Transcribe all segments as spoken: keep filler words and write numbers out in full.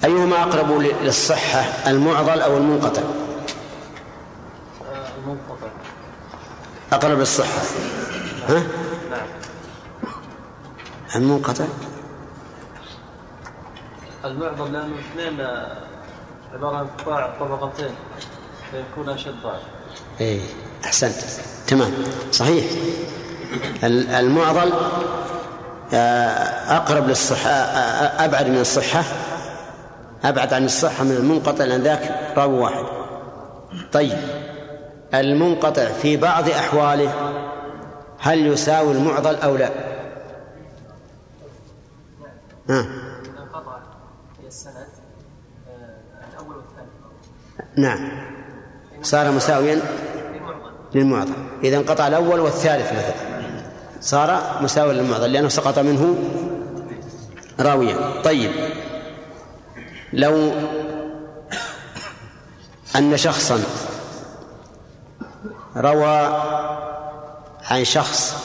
أيهما أقرب للصحة، المعضل أو المنقطع؟ المنقطع أقرب للصحة. ها؟ نعم. المنقطع المعضل لأنه اثنين عبارة عن قطاع طبقتين فيكون أشد ضعف. إيه أحسنت، تمام صحيح. المعضل أقرب للصحة، أبعد من الصحة، أبعد عن الصحة من المنقطع لأن ذاك راوي واحد. طيب المنقطع في بعض أحواله هل يساوي المعضل أو لا؟ ها؟ انقطع في السند الأول والثاني. نعم صار مساويا للمعضل. إذا انقطع الأول والثالث مثلا صار مساويا للمعضل لأنه سقط منه راويا. طيب لو أن شخصا روى عن شخص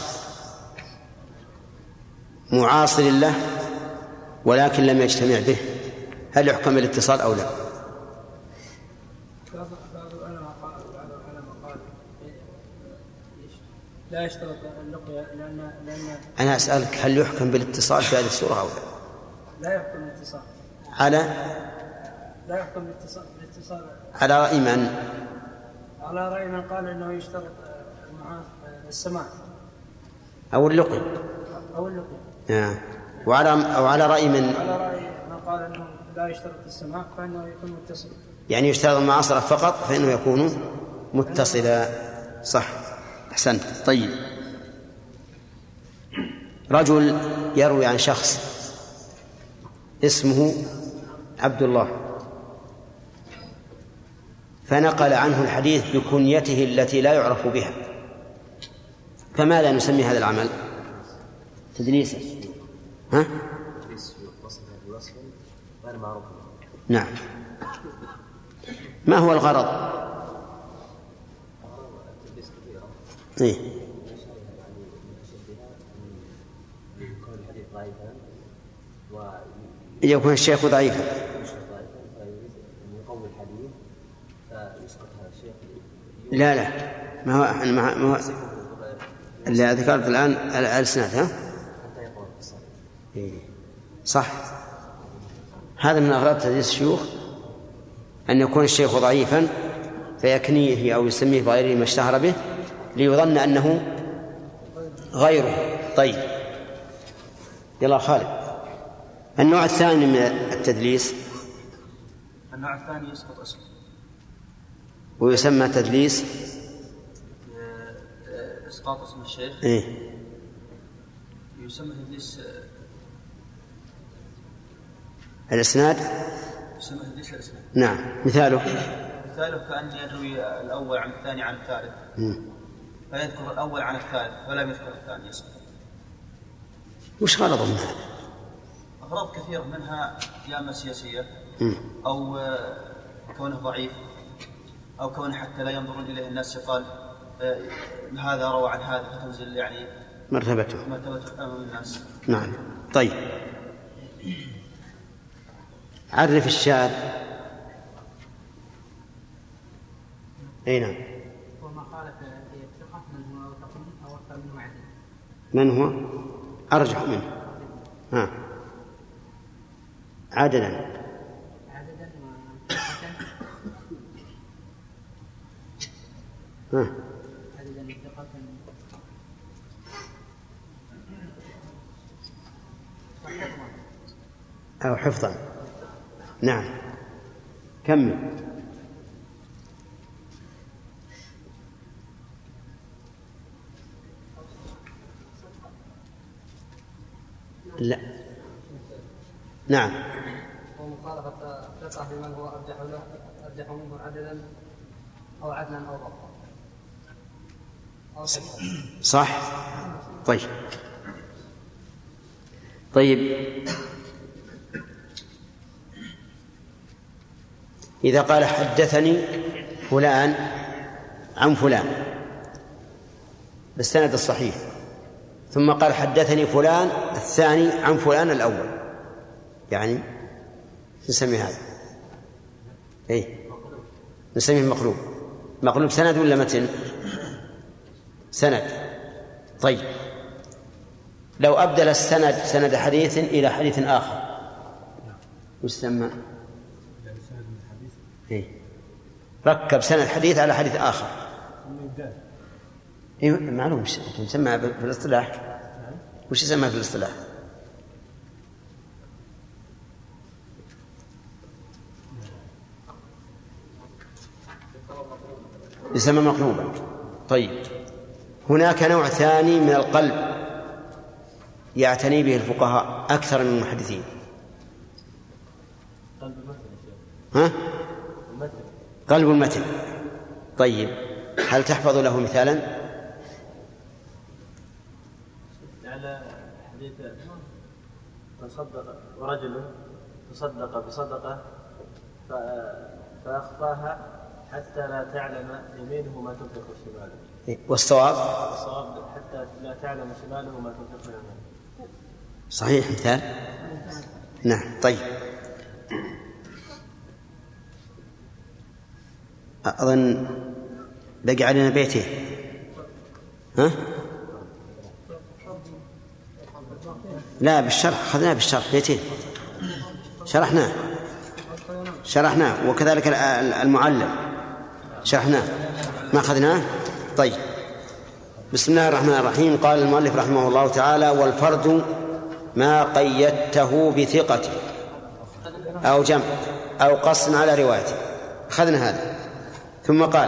معاصر له ولكن لم يجتمع به، هل يحكم بالاتصال أو لا؟ لا يشترط اللقيا لأن لأن أنا أسألك هل يحكم بالاتصال في هذه الصورة أو لا؟ لا يحكم بالاتصال. على لا يحكم بالاتصال بالاتصال على رأي من؟ على رأي من قال إنه يشترط السماع أو اللقي أو اللقي. آه. وعلى أو على رأي من؟ على رأي من قال إنه لا يشترط السماع فإنه يكون متصل. يعني يشترط المعاصرة فقط فإنه يكون متصلا. صح أحسنت. طيب رجل يروي عن شخص اسمه عبد الله فنقل عنه الحديث بكنيته التي لا يعرف بها، فماذا نسمي هذا العمل؟ تدليسا. ها؟ نعم. ما هو الغرض؟ إيه؟ يكون الشيخ ضعيفا. لا لا ما هو ما هو اللي ذكرت الآن الأسناد. ها إيه؟ صح. هذا من أغراض تدريس الشيوخ أن يكون الشيخ ضعيفا فيكنيه أو يسميه بغيره ما اشتهر به ليظن أنه غيره. طيب يلا خالد. النوع الثاني من التدليس، النوع الثاني يسقط اسمه ويسمى تدليس اسقاط اسم الشيخ. إيه؟ يسمى تدليس الاسناد. يسمى تدليس الاسناد. نعم. مثاله مثاله كأن يروي الأول عن الثاني عن الثالث فيذكر الأول عن الثالث ولم يذكر الثاني يسقط. وش غلط من هذا؟ أغراض كثيرة منها يا إما سياسية أو كونه ضعيف أو كونه حتى لا ينظرون إليه الناس يقال هذا روى عن هذا فتنزل يعني مرتبته مرتبته أمام الناس. نعم. طيب عرف الشاذ. أي نعم. وما قال في الثقة من هو تقوم أو أكثر من واحد. من هو أرجح منه؟ ها عددا عددا وثقة. ها عددا وثقة أو حفظا. نعم كمل. لا نعم. ومخالفة ثقة بمن هو أرجح له أرجح منه عددا أو عدلا أو ضبطا. صح. طيب طيب إذا قال حدثني فلان عن فلان بالسند الصحيح ثم قال حدثني فلان الثاني عن فلان الأول، يعني نسميه هذا إيه نسميه مقلوب. مقلوب سند ولا متن؟ سند. طيب لو أبدل السند سند حديث إلى حديث آخر وش سمى؟ إيه؟ ركب سند حديث على حديث آخر. إيه معلوم وش يسمى في الاصطلاح؟ وش يسمى في الاصطلاح؟ يسمى مقلوبا. طيب هناك نوع ثاني من القلب يعتني به الفقهاء أكثر من المحدثين. ها؟ قلب المتن. طيب هل تحفظ له مثالا؟ على حديث تصدق ورجل تصدق بصدقة فأخفاها حتى لا تعلم يمينه ما تنفق شماله. والصواب؟ الصواب حتى لا تعلم شماله ما تنفق يمينه. صحيح مثال. نعم. طيب أظن بقي علينا بيته. ها؟ لا بالشرح أخذناه بالشرح بيتين شرحناه شرحناه وكذلك المعلم شرحناه ما أخذناه. طيب بسم الله الرحمن الرحيم. قال المؤلف رحمه الله تعالى: والفرد ما قيدته بثقة أو جمع أو قص على روايته. أخذنا هذا. ثم قال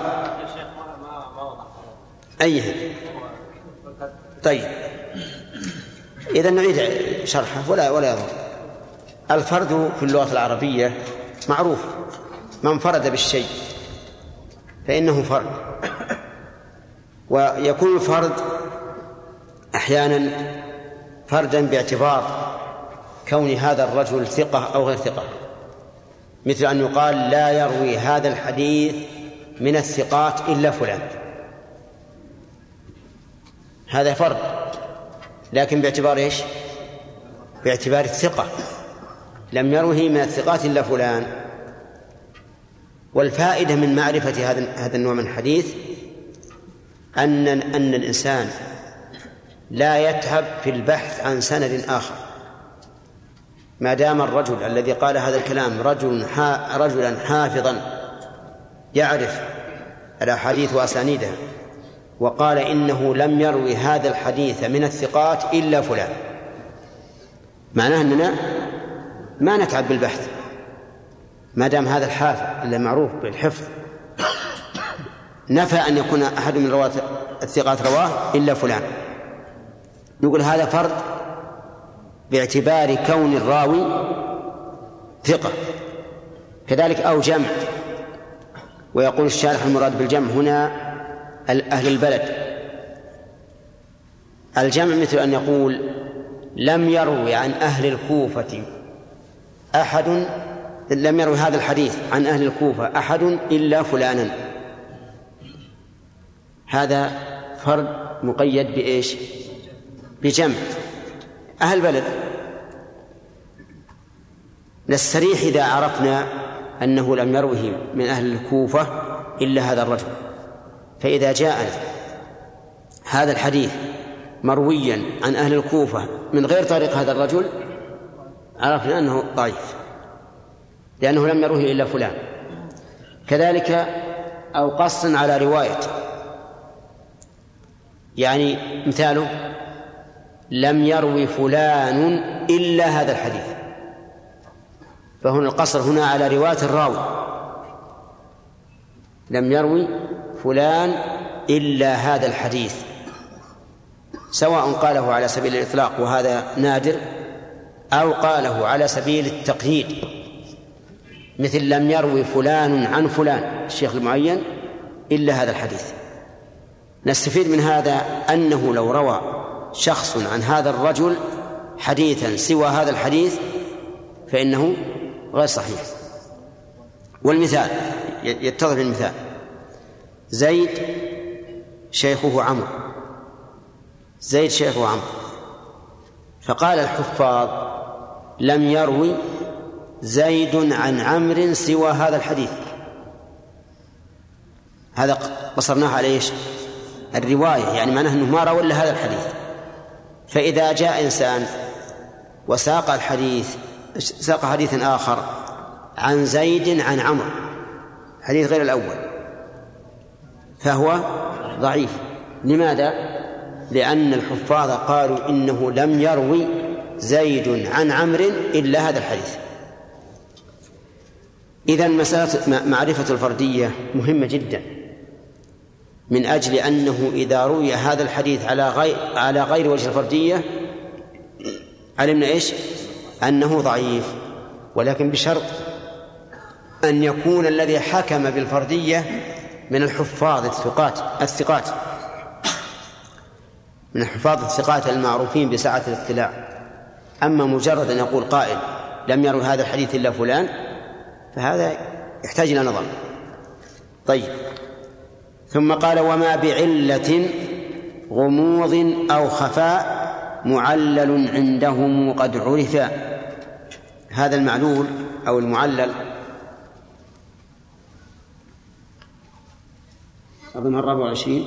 أيه. طيب إذا نعيد شرحه ولا ولا يضر. الفرد في اللغة العربية معروف، من انفرد بالشيء فإنه فرد. ويكون الفرد أحيانا فردا باعتبار كون هذا الرجل ثقة أو غير ثقة، مثل أن يقال لا يروي هذا الحديث من الثقات إلا فلان، هذا فرد، لكن باعتبار إيش؟ باعتبار الثقة، لم يروه من الثقات إلا فلان. والفائدة من معرفة هذا هذا النوع من الحديث أن أن الإنسان لا يتعب في البحث عن سند آخر، ما دام الرجل الذي قال هذا الكلام رجل رجلا حافظا يعرف الأحاديث وأسانيدها، وقال إنه لم يروي هذا الحديث من الثقات إلا فلان، معناه أننا ما نتعب بالبحث ما دام هذا الحافظ اللي معروف بالحفظ نفى أن يكون أحد من رواة الثقات رواه إلا فلان. يقول هذا فرد باعتبار كون الراوي ثقة. كذلك أو جمع، ويقول الشارح المراد بالجمع هنا أهل البلد. الجمع مثل أن يقول لم يروي عن أهل الكوفة أحد، لم يروي هذا الحديث عن أهل الكوفة أحد إلا فلانا، هذا فرد مقيد بإيش؟ بجمع أهل البلد. نستريح إذا عرفنا أنه لم يروه من أهل الكوفة إلا هذا الرجل، فإذا جاءنا هذا الحديث مرويا عن أهل الكوفة من غير طريق هذا الرجل عرفنا أنه ضعيف لأنه لم يروه إلا فلان. كذلك أو قص على روايته، يعني مثاله لم يروي فلان إلا هذا الحديث، فهنا القصر هنا على رواية الراوي، لم يروي فلان إلا هذا الحديث، سواء قاله على سبيل الإطلاق وهذا نادر أو قاله على سبيل التقييد، مثل لم يروي فلان عن فلان الشيخ المعين إلا هذا الحديث. نستفيد من هذا أنه لو روى شخص عن هذا الرجل حديثا سوى هذا الحديث فإنه غير صحيح. والمثال يتضح المثال: زيد شيخه عمرو، زيد شيخه عمرو، فقال الحفاظ لم يروي زيد عن عمرو سوى هذا الحديث. هذا قصرناه على ايش؟ الرواية، يعني معناه أنه ما روى إلا هذا الحديث. فإذا جاء إنسان وساق الحديث ساق حديثا آخر عن زيد عن عمرو، حديث غير الأول، فهو ضعيف. لماذا؟ لأن الحفاظ قالوا إنه لم يروي زيد عن عمرو إلا هذا الحديث. إذن مسألة معرفة الفردية مهمة جدا، من أجل أنه إذا روي هذا الحديث على غير على غير وجه الفردية علمنا إيش؟ أنه ضعيف، ولكن بشرط أن يكون الذي حكم بالفردية من الحفاظ الثقات الثقات من الحفاظ الثقات المعروفين بسعة الاطلاع. أما مجرد أن يقول قائل لم يروي هذا الحديث إلا فلان، فهذا يحتاج إلى نظر. طيب، ثم قال وما بعلة غموض أو خفاء معلل عندهم قد عرفا. هذا المعلول أو المعلل أظن الرابع والعشرين،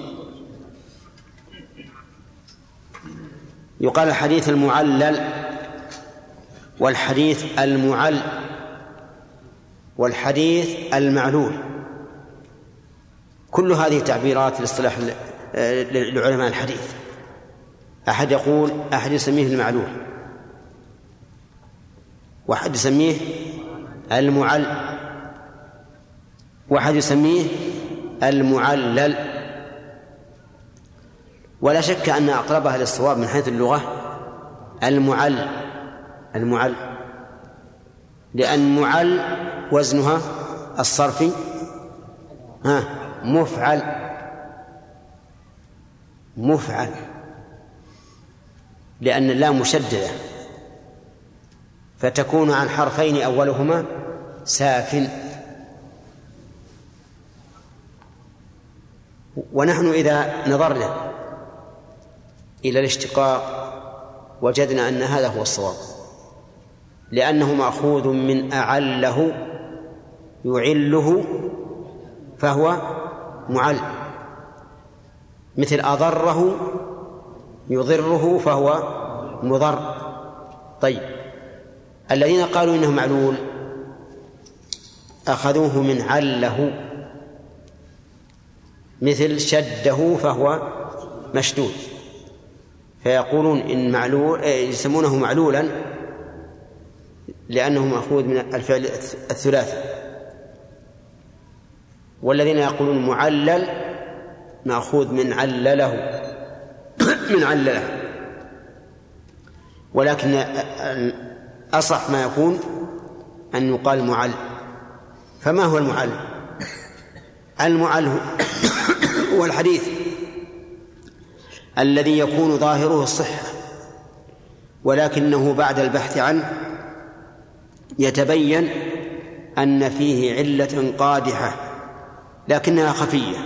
يقال الحديث المعلل والحديث المعل والحديث المعلول. كل هذه تعبيرات الاصطلاح لعلماء الحديث. أحد يقول أحد يسميه المعلول، واحد يسميه المعل، واحد يسميه المعلل. ولا شك أن أقربها للصواب من حيث اللغة المعل المعل لأن معل وزنها الصرفي ها مفعل مفعل لأن اللام مشددة، فتكون عن حرفين أولهما ساكن. ونحن إذا نظرنا إلى الاشتقاق وجدنا أن هذا هو الصواب، لأنه مأخوذ من أعله يعله فهو معل، مثل أضره يضره فهو مضر. طيب، الذين قالوا إنه معلول أخذوه من عله، مثل شده فهو مشدود، فيقولون إن معلول يسمونه معلولا لأنه مأخوذ من الفعل الثلاثي. والذين يقولون معلل مأخوذ من علله من علله. ولكن أصح ما يكون أن يقال معل. فما هو المعل؟ المعل هو الحديث الذي يكون ظاهره الصحة، ولكنه بعد البحث عنه يتبين أن فيه علة قادحة لكنها خفية،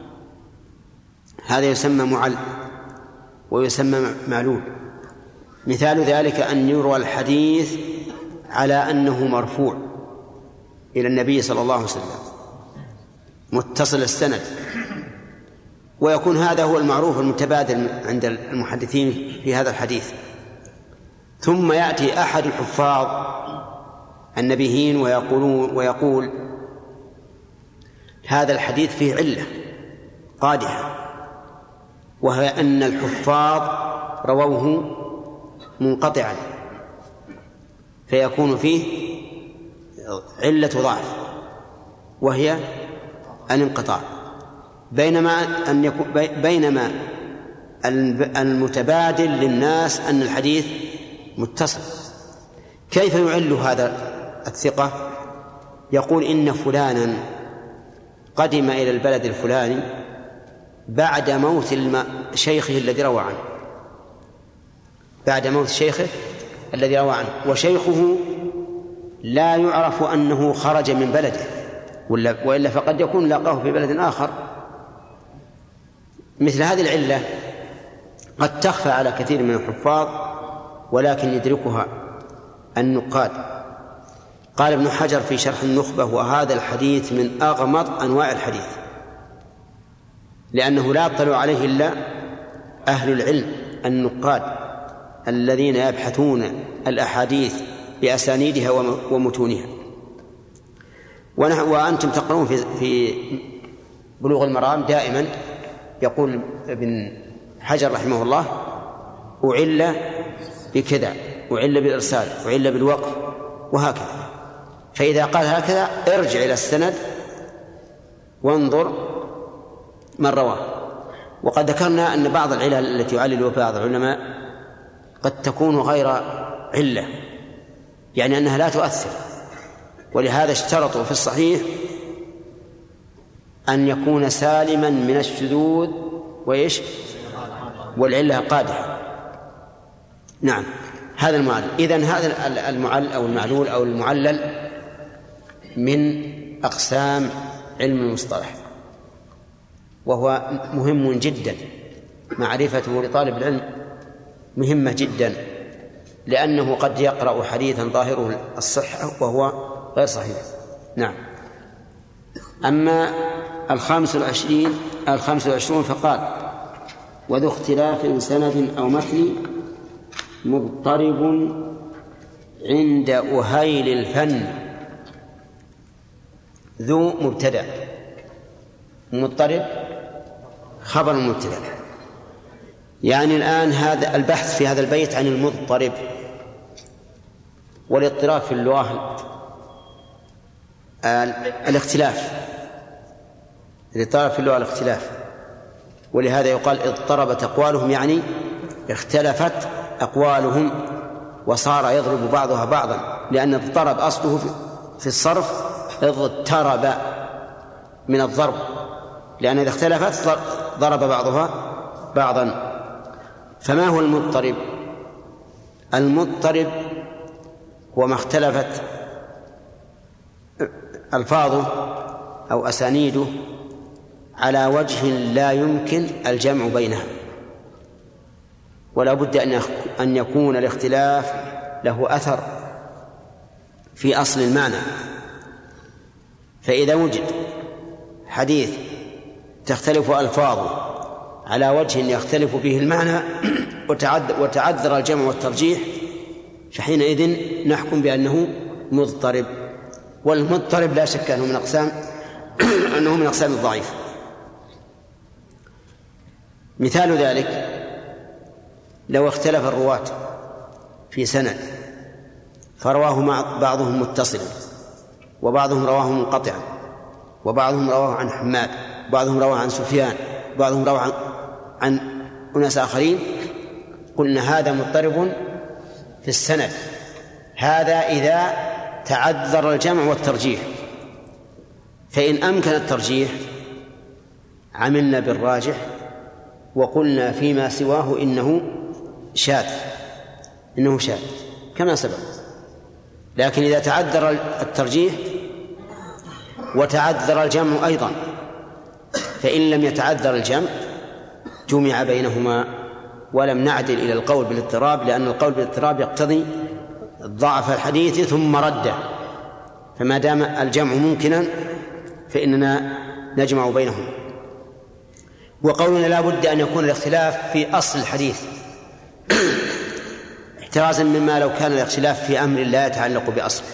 هذا يسمى معل ويسمى معلول. مثال ذلك أن يروى الحديث على أنه مرفوع إلى النبي صلى الله عليه وسلم متصل السند، ويكون هذا هو المعروف المتبادل عند المحدثين في هذا الحديث. ثم يأتي أحد الحفاظ النبيين ويقول, ويقول هذا الحديث فيه علة قادحة، وهي أن الحفاظ رووه منقطعا، فيكون فيه علة ضعف وهي الانقطاع، بينما أن يكون بينما المتبادل للناس أن الحديث متصل. كيف يعل هذا الثقة؟ يقول إن فلانا قدم إلى البلد الفلاني بعد موت شيخه الذي روى عنه بعد موت شيخه الذي روى عنه وشيخه لا يعرف أنه خرج من بلده، وإلا فقد يكون لاقاه في بلد آخر. مثل هذه العلة قد تخفى على كثير من الحفاظ ولكن يدركها النقاد. قال ابن حجر في شرح النخبة: وهذا الحديث من أغمض أنواع الحديث، لأنه لا يطلع عليه إلا أهل العلم النقاد الذين يبحثون الأحاديث بأسانيدها ومتونها. وأنتم تقرؤون في بلوغ المرام دائما يقول ابن حجر رحمه الله: أعل بكذا، أعل بالإرسال، أعل بالوقف، وهكذا. فإذا قال هكذا ارجع إلى السند وانظر من رواه. وقد ذكرنا أن بعض العلل التي يعلل بعض العلماء قد تكون غير علة، يعني أنها لا تؤثر، ولهذا اشترطوا في الصحيح أن يكون سالما من الشذوذ وإيش والعلة قادحة. نعم، هذا المعلل. إذن هذا المعلل أو المعلول أو المعلل من أقسام علم المصطلح، وهو مهم جدا، معرفته لطالب العلم مهمة جدا، لأنه قد يقرأ حديثا ظاهره الصحة وهو غير صحيح. نعم. أما الخامس والعشرين الخامس والعشرون فقال: وذو اختلاف سند أو متن مضطرب عند أهيل الفن. ذو مبتدأ، مضطرب خبر مبتدأ. يعني الآن هذا البحث في هذا البيت عن المضطرب، والاضطراب في اللغة الاختلاف، الاضطراب في اللغة الاختلاف، ولهذا يقال اضطربت أقوالهم، يعني اختلفت أقوالهم وصار يضرب بعضها بعضا، لأن اضطرب أصله في الصرف اضطرب من الضرب، لأن إذا اختلفت ضرب بعضها بعضا. فما هو المضطرب؟ المضطرب هو ما اختلفت ألفاظه أو أسانيده على وجه لا يمكن الجمع بينها، ولا بد أن يكون الاختلاف له أثر في أصل المعنى. فإذا وجد حديث تختلف ألفاظه على وجه يختلف به المعنى وتعذر الجمع والترجيح، فحينئذ نحكم بأنه مضطرب. والمضطرب لا شك أنه من أقسام أنه من أقسام الضعيف. مثال ذلك لو اختلف الرواة في سند فرواه مع بعضهم متصلا وبعضهم رواه منقطعا وبعضهم رواه عن حماد وبعضهم رواه عن سفيان وبعضهم رواه عن, عن أناس آخرين، قلنا هذا مضطرب في السند. هذا إذا تعذر الجمع والترجيح، فإن أمكن الترجيح عملنا بالراجح وقلنا فيما سواه إنه شاذ إنه شاذ كما سبق. لكن إذا تعذر الترجيح وتعذر الجمع أيضا، فإن لم يتعذر الجمع جمع بينهما ولم نعدل إلى القول بالاضطراب، لأن القول بالاضطراب يقتضي ضعف الحديث ثم رده، فما دام الجمع ممكنا فإننا نجمع بينهم. وقولنا لا بد أن يكون الاختلاف في أصل الحديث احترازا مما لو كان الاختلاف في أمر لا يتعلق بأصله،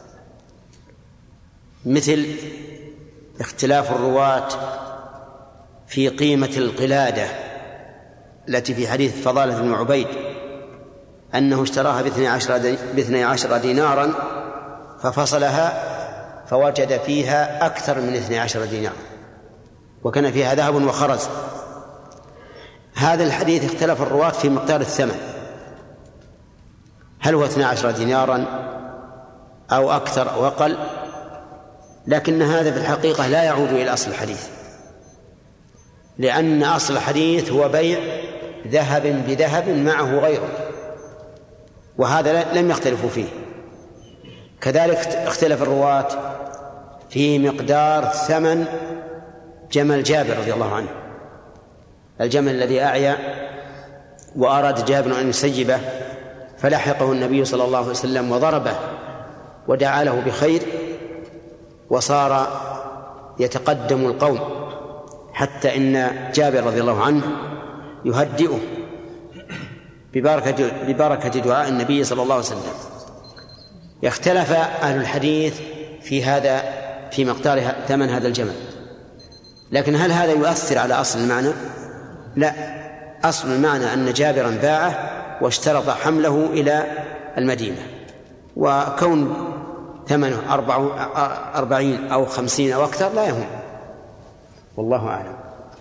مثل اختلاف الرواة في قيمة القلادة التي في حديث فضالة بن عبيد أنه اشتراها باثني عشر دينارا ففصلها فوجد فيها أكثر من اثني عشر دينار وكان فيها ذهب وخرز. هذا الحديث اختلف الرواة في مقدار الثمن، هل هو اثني عشر دينارا أو أكثر أو أقل، لكن هذا في الحقيقة لا يعود إلى أصل الحديث، لأن أصل الحديث هو بيع ذهب بذهب معه غيره، وهذا لم يختلفوا فيه. كذلك اختلف الرواة في مقدار ثمن جمل جابر رضي الله عنه، الجمل الذي أعيا وأراد جابر أن يسيبه فلحقه النبي صلى الله عليه وسلم وضربه ودعا له بخير، وصار يتقدم القوم، حتى إن جابر رضي الله عنه يهدئه ببركة, ببركة دعاء النبي صلى الله عليه وسلم. اختلف أهل الحديث في هذا في مقدار ثمن هذا الجمل، لكن هل هذا يؤثر على أصل المعنى؟ لا، أصل المعنى أن جابرا باعه واشترط حمله إلى المدينة، وكون ثمنه أربعين أو خمسين أو أكثر لا يهم، والله أعلم.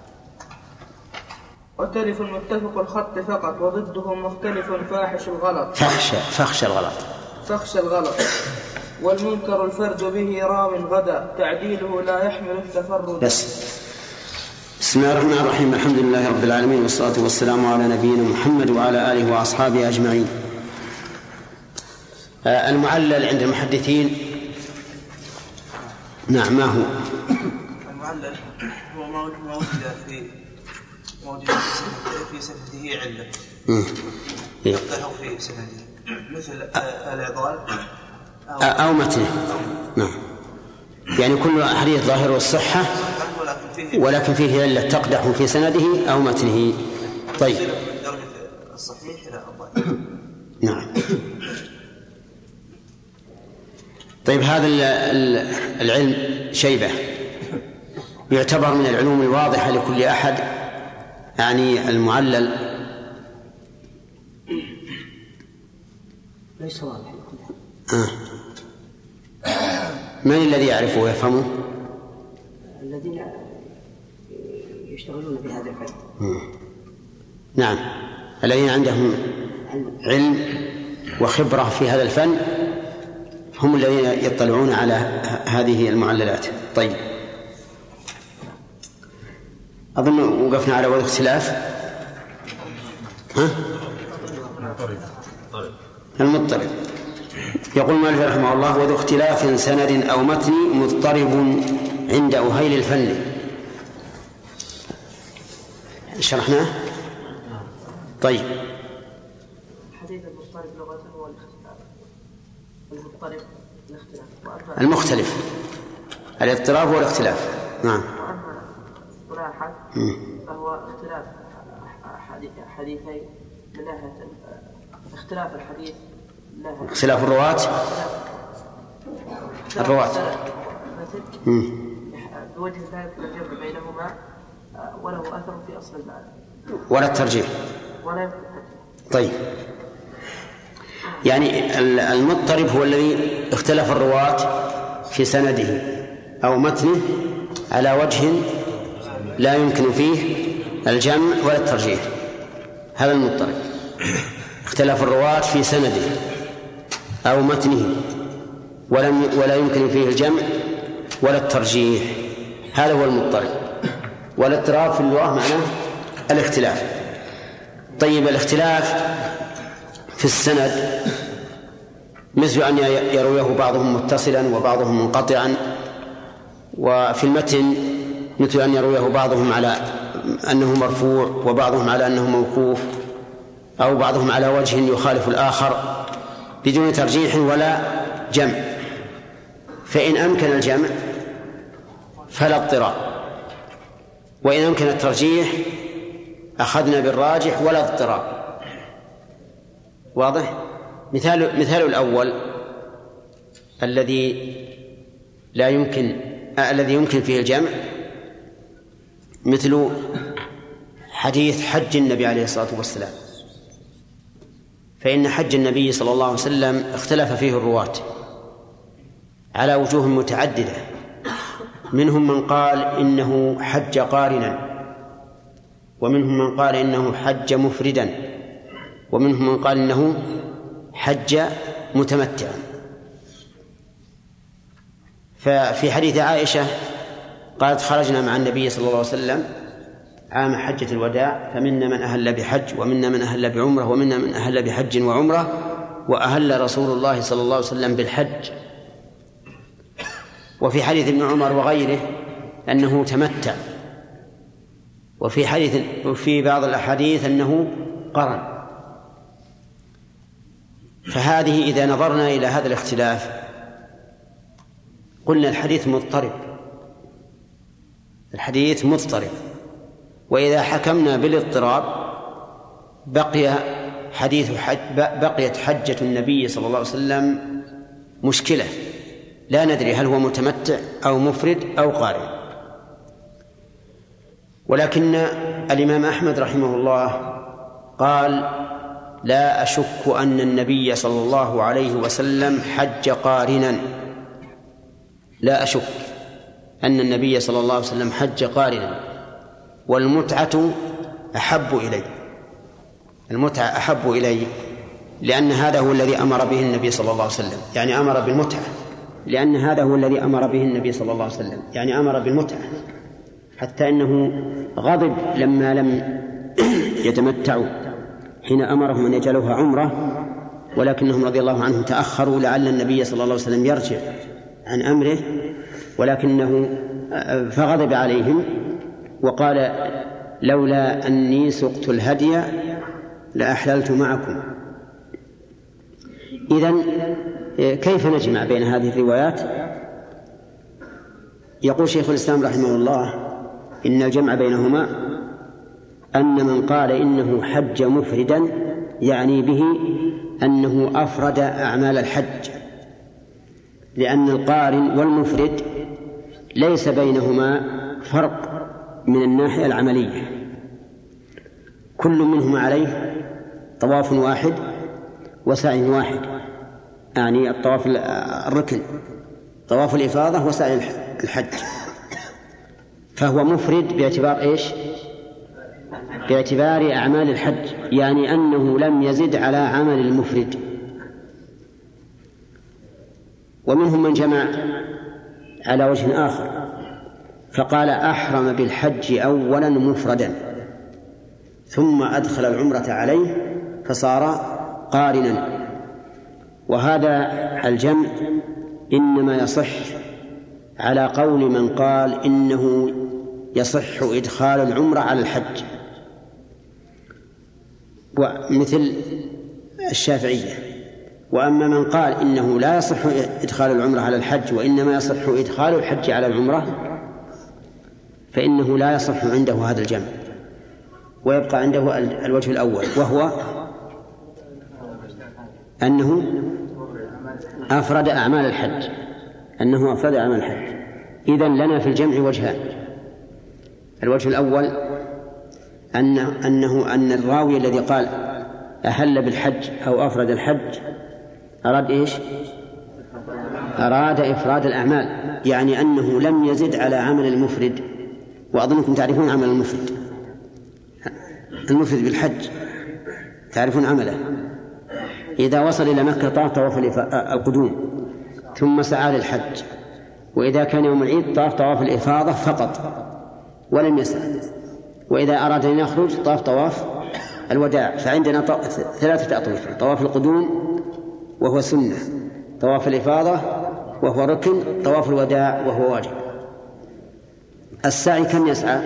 وتلف المتفق الخط فقط، وضده مختلف فاحش الغلط فخش فخش الغلط فخش الغلط والمنكر الفرد به راو غدا، تعديله لا يحمل التفرد. بس. بسم الله الرحمن الرحيم، الحمد لله رب العالمين، والصلاة والسلام على نبينا محمد وعلى آله وأصحابه أجمعين. آه المعلل عند المحدثين، نعم، ما هو المعلل؟ هو ما وجد في موجود في سنده علة يقتله في سنده، مثل العضال أو متنه. نعم، يعني كل حديث ظاهر الصحة ولكن فيه علة تقدح في سنده أو متنه. طيب، الصحيح إلى الضعيف. نعم. طيب، هذا العلم شيبة يعتبر من العلوم الواضحة لكل أحد، يعني المعلل ليس واضح. آه. من الذي يعرفه ويفهمه؟ الذين يشتغلون بهذا الفن. نعم، الذين عندهم علم وخبرة في هذا الفن هم الذين يطلعون على هذه المعللات. طيب، أظن وقفنا على وجه اختلاف. ها؟ المضطرب. يقول مالك رحمه الله: وذو اختلاف سند أو متن مضطرب عند أهيل الفن. شرحناه. طيب، حديث المضطرب لغة هو الاختلاف، المضطرب الاختلاف، المختلف، الاضطراب والاختلاف. نعم. وأما اصطلاحا فهو اختلاف حديثين من ناحية اختلاف الحديث، اختلاف الرواة الرواة بوجه ذلك الجمع بينهما وله أثر في أصل المعنى ولا الترجيح ولا يمكن. طيب، يعني المضطرب هو الذي اختلف الرواة في سنده أو متنه على وجه لا يمكن فيه الجمع ولا الترجيح، هذا المضطرب. اختلف الرواة في سنده أو متنه ولم ولا يمكن فيه الجمع ولا الترجيح، هذا هو المضطرب. والاضطراب في اللغة معناه الاختلاف. طيب، الاختلاف في السند مثل أن يرويه بعضهم متصلا وبعضهم منقطعا، وفي المتن مثل أن يرويه بعضهم على أنه مرفوع وبعضهم على أنه موقوف، أو بعضهم على وجه يخالف الآخر بدون ترجيح ولا جمع. فإن أمكن الجمع فلا اضطراب، وإن أمكن الترجيح أخذنا بالراجح ولا اضطراب. واضح؟ مثال مثال الأول الذي لا يمكن آه الذي يمكن فيه الجمع مثل حديث حج النبي عليه الصلاة والسلام، فإن حج النبي صلى الله عليه وسلم اختلف فيه الرواة على وجوه متعددة، منهم من قال إنه حج قارنا، ومنهم من قال إنه حج مفردا، ومنهم من قال إنه حج متمتعا. ففي حديث عائشة قالت: خرجنا مع النبي صلى الله عليه وسلم عام حجة الوداع، فمنا من أهل بحج ومنا من أهل بعمرة ومنا من أهل بحج وعمرة، وأهل رسول الله صلى الله عليه وسلم بالحج. وفي حديث ابن عمر وغيره أنه تمتع، وفي حديث وفي بعض الأحاديث أنه قرن. فهذه إذا نظرنا إلى هذا الاختلاف قلنا الحديث مضطرب، الحديث مضطرب، وإذا حكمنا بالاضطراب بقي حديث حج بقيت حجة النبي صلى الله عليه وسلم مشكلة، لا ندري هل هو متمتع أو مفرد أو قارن. ولكن الإمام أحمد رحمه الله قال: لا أشك أن النبي صلى الله عليه وسلم حج قارنا، لا أشك أن النبي صلى الله عليه وسلم حج قارنا، والمتعة أحب إلي، المتعة أحب إلي لأن هذا هو الذي أمر به النبي صلى الله عليه وسلم، يعني أمر بالمتعة، لأن هذا هو الذي أمر به النبي صلى الله عليه وسلم، يعني أمر بالمتعة، حتى إنه غضب لما لم يتمتعوا حين أمرهم أن يجعلوها عمرة، ولكنهم رضي الله عنهم تأخروا لعل النبي صلى الله عليه وسلم يرجع عن أمره، ولكنه فغضب عليهم وقال: لولا أني سقت الهدي لأحللت معكم. إذن كيف نجمع بين هذه الروايات؟ يقول شيخ الإسلام رحمه الله: إن الجمع بينهما أن من قال إنه حج مفردا يعني به أنه أفرد أعمال الحج، لأن القارن والمفرد ليس بينهما فرق من الناحية العملية، كل منهما عليه طواف واحد وسعي واحد، يعني الطواف الركن طواف الإفاضة وسعي الحج، فهو مفرد باعتبار إيش؟ باعتبار أعمال الحج، يعني أنه لم يزد على عمل المفرد. ومنهم من جمع على وجه آخر فقال: أحرم بالحج أولا مفردا ثم أدخل العمرة عليه فصار قارنا. وهذا الجمع إنما يصح على قول من قال إنه يصح إدخال العمرة على الحج، ومثل الشافعية. وأما من قال إنه لا يصح إدخال العمرة على الحج وإنما يصح إدخال الحج على العمرة فإنه لا يصح عنده هذا الجمع، ويبقى عنده الوجه الأول، وهو أنه أفرد أعمال الحج، أنه أفرد أعمال الحج. إذن لنا في الجمع وجهان: الوجه الأول أن أنه أن الراوي الذي قال أهل بالحج أو أفرد الحج أراد إيش؟ أراد إفراد الأعمال، يعني أنه لم يزد على عمل المفرد. وأظنكم تعرفون عمل المفرد، المفرد بالحج تعرفون عمله: إذا وصل إلى مكة طاف طواف القدوم ثم سعى للحج، وإذا كان يوم العيد طاف طواف الإفاضة فقط ولم يسعى، وإذا أراد أن يخرج طاف طواف الوداع. فعندنا ثلاثة أطواف: طواف القدوم وهو سنة، طواف الإفاضة وهو ركن، طواف الوداع وهو واجب. السعي كم يسعى؟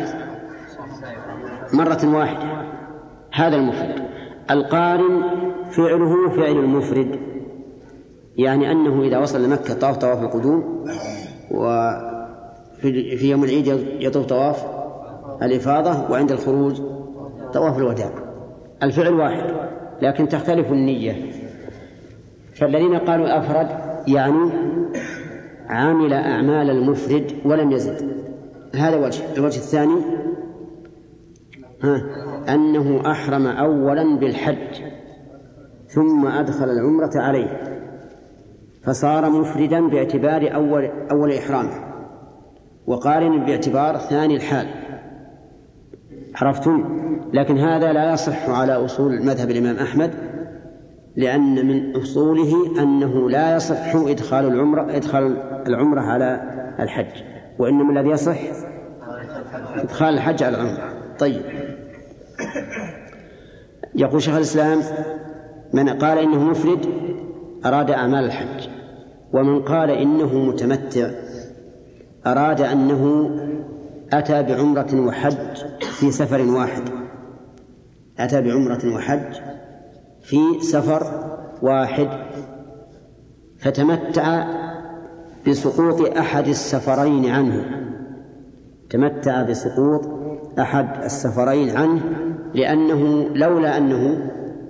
مرة واحدة، هذا المفرد. القارن فعله فعل المفرد، يعني أنه إذا وصل لمكة طاف طواف القدوم، وفي يوم العيد يطوف طواف الإفاضة، وعند الخروج طواف الوداع. الفعل واحد لكن تختلف النية. فالذين قالوا أفرد يعني عامل أعمال المفرد ولم يزد، هذا وجه. الوجه الثاني ها أنه أحرم أولا بالحج ثم أدخل العمرة عليه فصار مفردا باعتبار أول, أول إحرامه، وقارن باعتبار ثاني الحال. عرفتم؟ لكن هذا لا يصح على أصول مذهب الإمام أحمد، لأن من أصوله أنه لا يصح إدخال العمرة إدخال العمرة على الحج، وإنما الذي يصح إدخال الحج على العمرة. طيب، يقول شيخ الإسلام: من قال إنه مفرد أراد أعمال الحج، ومن قال إنه متمتع أراد أنه أتى بعمرة وحج في سفر واحد، أتى بعمرة وحج في سفر واحد فتمتع بسقوط أحد السفرين عنه، تمتع بسقوط أحد السفرين عنه، لأنه لولا أنه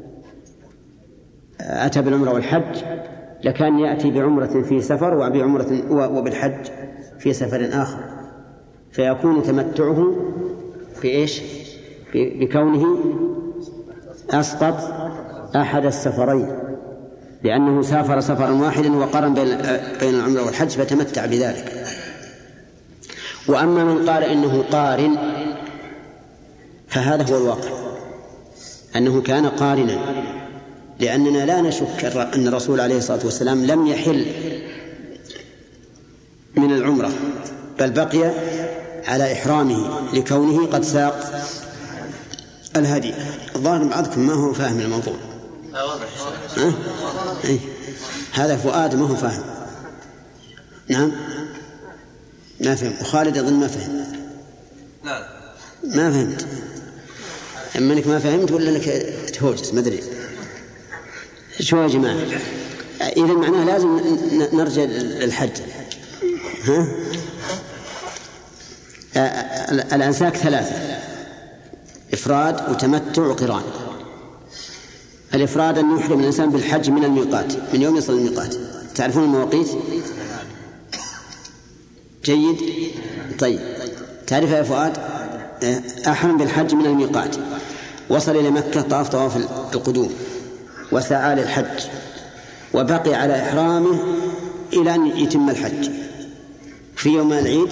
أتى بالعمرة والحج لكان يأتي بعمرة في سفر وبعمرة وبالحج في سفر آخر، فيكون تمتعه بإيش؟ بكونه أسقط أحد السفرين، لأنه سافر سفرا واحدا وقارن بين العمرة والحج فتمتع بذلك. وأما من قال إنه قارن فهذا هو الواقع، أنه كان قارنا، لأننا لا نشك أن الرسول عليه الصلاة والسلام لم يحل من العمرة، بل بقي على إحرامه لكونه قد ساق الهدي. الظاهر بعضكم ما هو فاهم الموضوع. أه؟ أي. هذا فؤاد ما هو فاهم. نعم ما فهم. وخالد يظن ما فهم. لا ما فهمت. أما أنك ما فهمت ولا أنك تهوجس ما أدري شو يا جماعة. إذا معناه لازم نرجع للحج. ها؟ الأنساك ثلاثة: إفراد وتمتع وقران. الإفراد أن يحرم الإنسان بالحج من الميقات، من يوم يصل الميقات. تعرفون المواقيت؟ جيد. طيب تعرف يا فؤاد؟ أحرم بالحج من الميقات، وصل إلى مكة طاف طواف القدوم وسعى للحج، وبقي على إحرامه إلى أن يتم الحج. في يوم العيد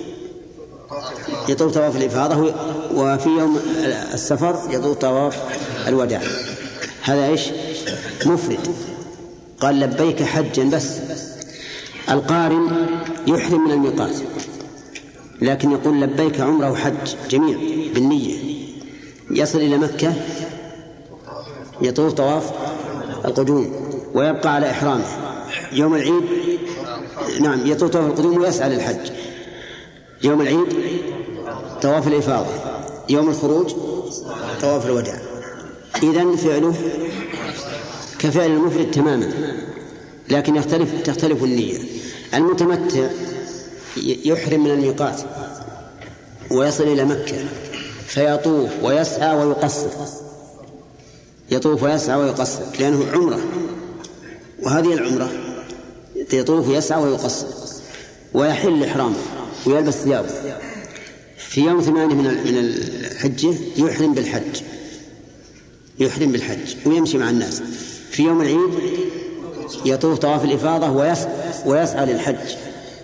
يطوف طواف الإفاضة، وفي يوم السفر يطوف طواف الوداع. هذا إيش؟ مفرد. قال لبيك حجا بس. القارن يحرم من الميقات لكن يقول لبيك عمره وحج جميع بالنية. يصل إلى مكة يطوف طواف القدوم ويبقى على إحرامه. يوم العيد نعم يطوف طواف القدوم ويسعى للحج. يوم العيد طواف الإفاضة، يوم الخروج طواف الوداع. إذن فعله كفعل المفرد تماما، لكن يختلف تختلف النية. المتمتع يحرم من الميقات ويصل إلى مكة فيطوف ويسعى ويقصر، يطوف ويسعى ويقصر لأنه عمرة، وهذه العمرة يطوف ويسعى ويقصر ويحل إحرامه ويلبس ثيابه. في يوم ثمانية من الحجة يحرم بالحج، يحرم بالحج ويمشي مع الناس. في يوم العيد يطوف طواف الإفاضة ويسعى للحج.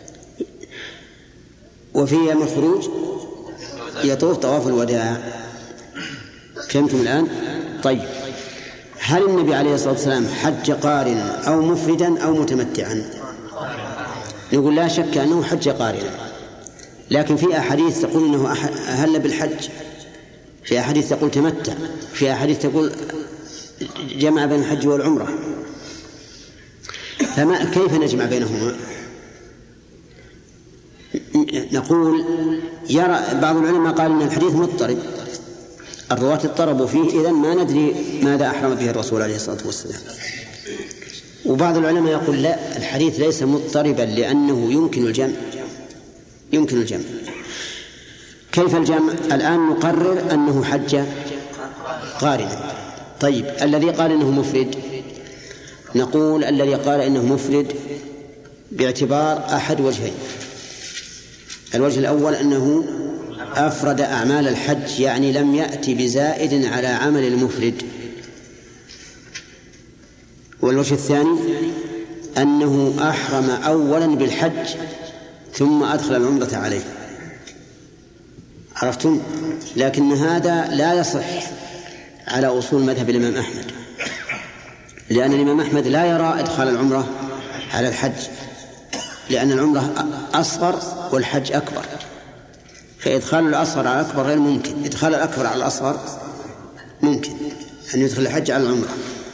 وفي يوم الخروج يطوف طواف الوداع. فهمتم الآن؟ طيب هل النبي عليه الصلاة والسلام حج قارنا أو مفردا أو متمتعا؟ نقول لا شك أنه حج قارنا، لكن في أحاديث تقول أنه أهل بالحج، في أحاديث تقول تمتع، في أحاديث تقول جمع بين الحج والعمرة. فما كيف نجمع بينهما؟ نقول يرى بعض العلماء قال أن الحديث مضطرب، الرواة اضطربوا فيه، إذن ما ندري ماذا أحرم به الرسول عليه الصلاة والسلام. وبعض العلماء يقول لا، الحديث ليس مضطربا لأنه يمكن الجمع، يمكن الجمع. كيف الجمع؟ الآن نقرر أنه حج قارنا. طيب الذي قال إنه مفرد، نقول الذي قال إنه مفرد باعتبار أحد وجهين. الوجه الأول أنه أفرد أعمال الحج، يعني لم يأتي بزائد على عمل المفرد. والوجه الثاني أنه أحرم أولا بالحج ثم أدخل العمرة عليه. عرفتم؟ لكن هذا لا يصح على أصول مذهب الإمام أحمد، لأن الإمام أحمد لا يرى إدخال العمرة على الحج، لأن العمرة أصغر والحج أكبر، فإدخال الأصغر على الأكبر غير ممكن. إدخال الأكبر على الأصغر ممكن، أن يدخل الحج على العمرة.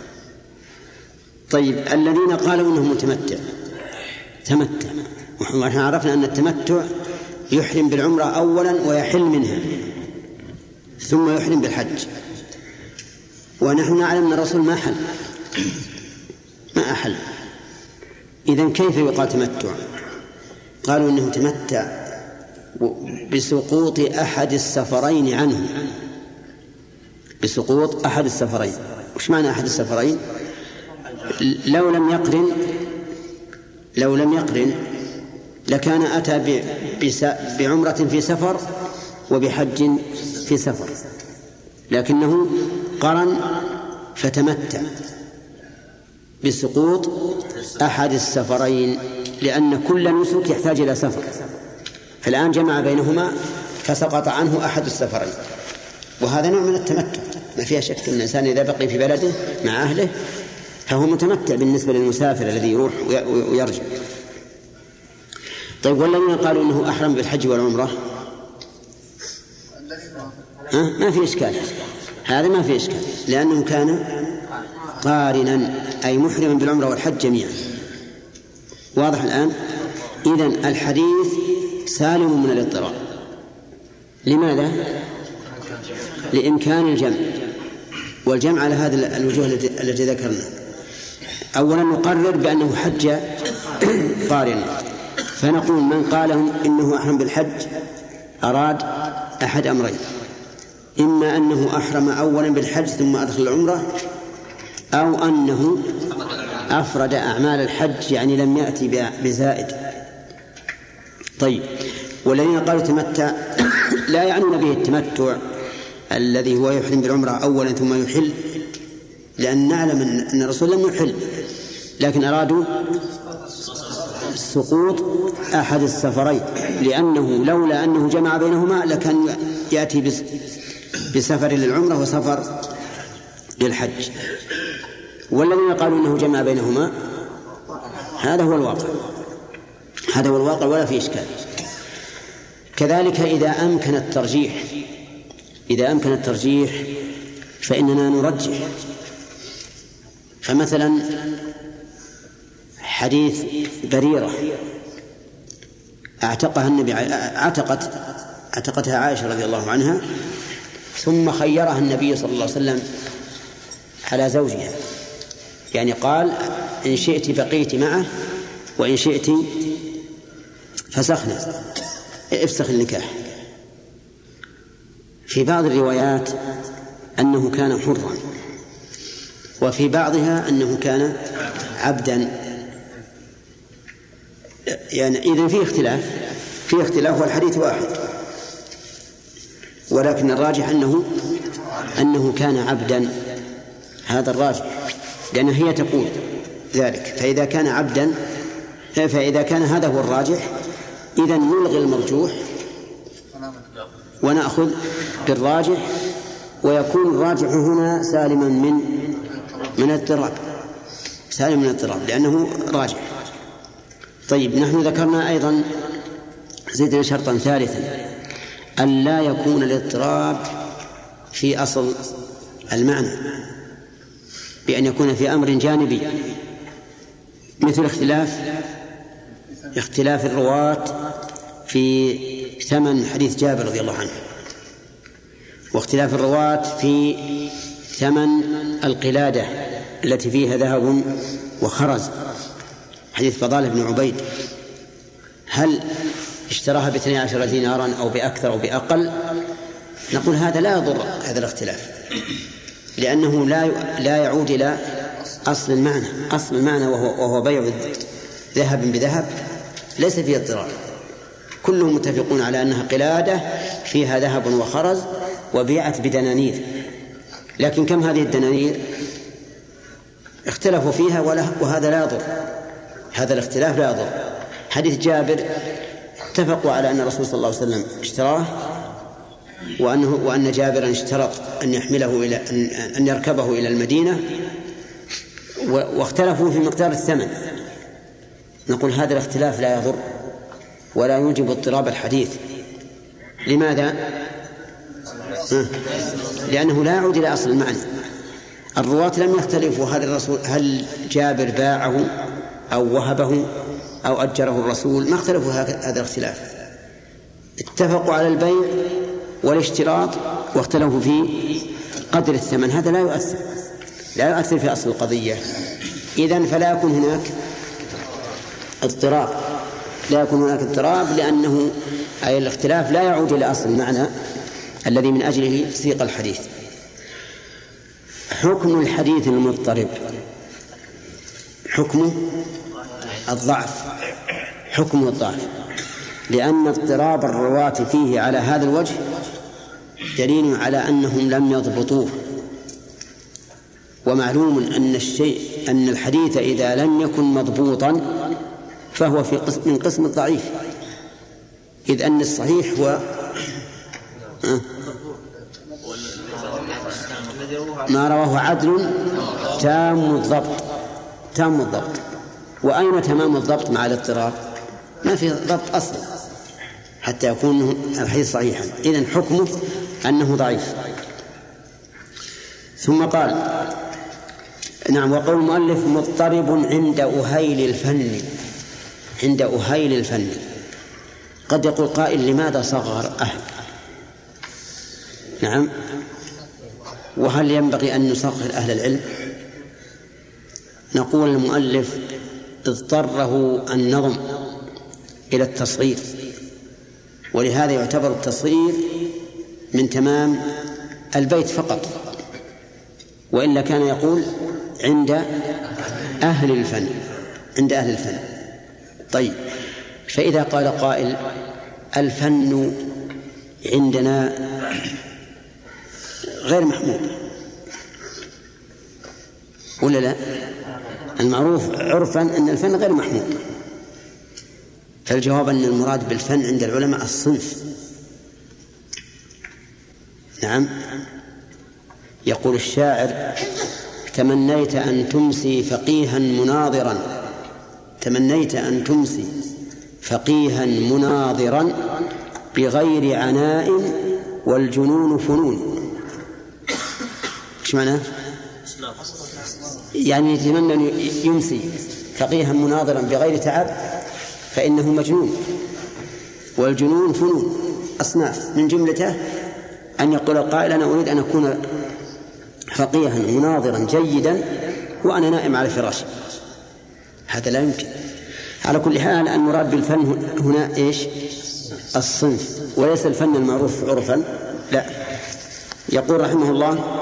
طيب الذين قالوا إنه متمتع تمتع، ونحن عرفنا أن التمتع يحرم بالعمرة أولا ويحل منها ثم يحرم بالحج، ونحن نعلم أن الرسول ما حل ما أحل. إذن كيف يقال تمتع؟ قالوا إنه تمتع بسقوط أحد السفرين عنه، بسقوط أحد السفرين. وش معنى أحد السفرين؟ لو لم يقرن لو لم يقرن لكان أتى بعمرة في سفر وبحج في سفر، لكنه قرن فتمتع بسقوط أحد السفرين، لأن كل نسك يحتاج إلى سفر، فالآن جمع بينهما فسقط عنه أحد السفرين، وهذا نوع من التمتع. ما فيها شك أن الإنسان إذا بقي في بلده مع أهله فهو متمتع بالنسبة للمسافر الذي يروح ويرجع. طيب، والذين قالوا إنه أحرم بالحج والعمرة أه؟ ما في إشكال، هذا ما في إشكال، لأنه كان قارنا أي محرما بالعمرة والحج جميعا. واضح الآن؟ إذن الحديث سالم من الاضطراب. لماذا؟ لإمكان الجمع، والجمع على هذه الوجوه التي ذكرنا. أولا نقرر بأنه حج قارنا، فنقول من قال إنه أحرم بالحج أراد أحد أمرين: إما أنه أحرم أولا بالحج ثم أدخل العمرة، أو أنه أفرد أعمال الحج يعني لم يأتي بزائد. طيب، والذين قالوا تمتع لا يعنون به التمتع الذي هو يحرم بالعمرة أولا ثم يحل، لأن نعلم أن الرسول لم يحل، لكن أرادوا سقوط أحد السفرين، لأنه لولا أنه جمع بينهما لكان يأتي بسفر للعمرة وسفر للحج. والذين قالوا أنه جمع بينهما هذا هو الواقع، هذا هو الواقع ولا في إشكال. كذلك إذا أمكن الترجيح إذا أمكن الترجيح فإننا نرجح. فمثلا حديث بريرة اعتقها النبي اعتقت اعتقتها عائشة رضي الله عنها، ثم خيرها النبي صلى الله عليه وسلم على زوجها، يعني قال: إن شئت بقيت معه وإن شئت فسخنا، افسخ النكاح. في بعض الروايات أنه كان حرا، وفي بعضها أنه كان عبدا، يعني إذن في اختلاف في اختلاف والحديث واحد، ولكن الراجح أنه أنه كان عبدا، هذا الراجح، لأن هي تقول ذلك. فإذا كان عبدا فإذا كان هذا هو الراجح إذن نلغي المرجوح ونأخذ بالراجح، ويكون الراجح هنا سالما من من الاضطراب، سالم من الاضطراب لأنه راجح. طيب، نحن ذكرنا أيضا زيدنا شرطا ثالثا: أن لا يكون الاضطراب في أصل المعنى، بأن يكون في أمر جانبي، مثل اختلاف اختلاف الرواة في ثمن حديث جابر رضي الله عنه، واختلاف الرواة في ثمن القلادة التي فيها ذهب وخرز، حديث فضالة بن عبيد، هل اشتراها باثني عشر دينارا أو بأكثر أو بأقل؟ نقول هذا لا يضر هذا الاختلاف، لأنه لا لا يعود إلى أصل المعنى. أصل المعنى وهو, وهو بيع ذهب بذهب ليس فيه اضطرار، كلهم متفقون على أنها قلادة فيها ذهب وخرز وبيعت بدنانير، لكن كم هذه الدنانير؟ اختلفوا فيها، وهذا لا يضر، هذا الاختلاف لا يضر. حديث جابر اتفقوا على أن الرسول صلى الله عليه وسلم اشتراه، وأنه وأن جابرا اشترط أن يحمله إلى أن يركبه إلى المدينة، واختلفوا في مقدار الثمن. نقول هذا الاختلاف لا يضر ولا يوجب اضطراب الحديث. لماذا؟ لأنه لا يعود إلى أصل المعنى. الرواة لم يختلفوا هل الرسول هل جابر باعه أو وهبه أو أجره الرسول، ما اختلفوا هذا الاختلاف، اتفقوا على البيع والاشتراط واختلفوا في قدر الثمن. هذا لا يؤثر لا يؤثر في أصل القضية. إذن فلا يكون هناك اضطراب لا يكون هناك اضطراب، لأنه أي الاختلاف لا يعود إلى أصل المعنى الذي من أجله سيق الحديث. حكم الحديث المضطرب حكمه الضعف، حكمه الضعف، لأن اضطراب الرواة فيه على هذا الوجه دليل على أنهم لم يضبطوه. ومعلوم أن الشيء أن الحديث إذا لم يكن مضبوطا فهو في قسم من قسم الضعيف، إذ أن الصحيح هو ما رواه عدل تام الضبط. تام الضبط، وأين تمام الضبط مع الاضطراب؟ ما في ضبط أصلا حتى يكون الحديث صحيحا. إذن حكمه أنه ضعيف. ثم قال نعم، وقول المؤلف مضطرب عند أهيل الفن. عند أهيل الفن قد يقول قائل لماذا صغر أهل؟ نعم، وهل ينبغي أن نصغر أهل العلم؟ نقول المؤلف اضطره النظم إلى التصغير، ولهذا يعتبر التصغير من تمام البيت فقط، وإلا كان يقول عند أهل الفن، عند أهل الفن. طيب، فإذا قال قائل الفن عندنا غير محمود ولا لا؟ المعروف عرفا أن الفن غير محمود، فالجواب أن المراد بالفن عند العلماء الصنف. نعم، يقول الشاعر تمنيت أن تمسي فقيها مناظرا، تمنيت أن تمسي فقيها مناظرا بغير عناء والجنون فنون. ايش معناه؟ يعني يتمنى أن يمسي فقيها مناظرا بغير تعب فإنه مجنون، والجنون فنون أصناف، من جملته أن يقول القائل أنا أريد أن أكون فقيها مناظرا جيدا وأنا نائم على فراشي. هذا لا يمكن. على كل حال المراد بالفن هنا إيش؟ الصنف، وليس الفن المعروف عرفا، لا. يقول رحمه الله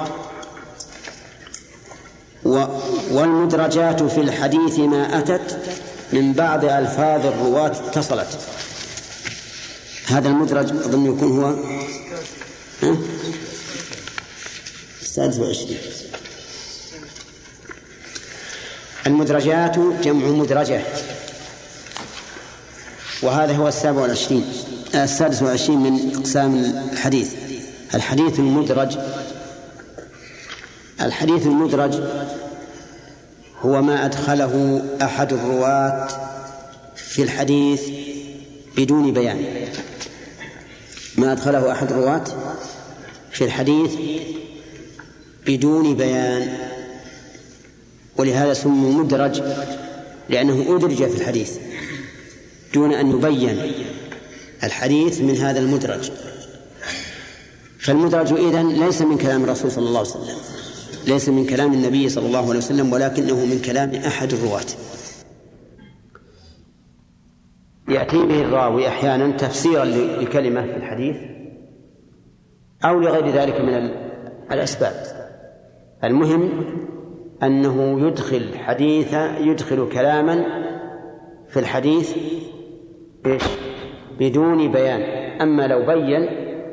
والمدرجات في الحديث ما أتت من بعض ألفاظ الرواة اتصلت. هذا المدرج أظن يكون هو السادس والعشرين. المدرجات جمع مدرجة، وهذا هو السابع والعشرين السادس والعشرين من أقسام الحديث. الحديث المدرج، الحديث المدرج هو ما أدخله أحد الرواة في الحديث بدون بيان، ما أدخله أحد الرواة في الحديث بدون بيان، ولهذا سمي مدرج لأنه أدرج في الحديث دون أن يبين الحديث من هذا المدرج. فالمدرج إذن ليس من كلام الرسول صلى الله عليه وسلم، ليس من كلام النبي صلى الله عليه وسلم، ولكنه من كلام أحد الرواة. يأتي به الراوي أحيانا تفسيرا لكلمة في الحديث أو لغير ذلك من الأسباب. المهم أنه يدخل حديث يدخل كلاما في الحديث إيش؟ بدون بيان. أما لو بين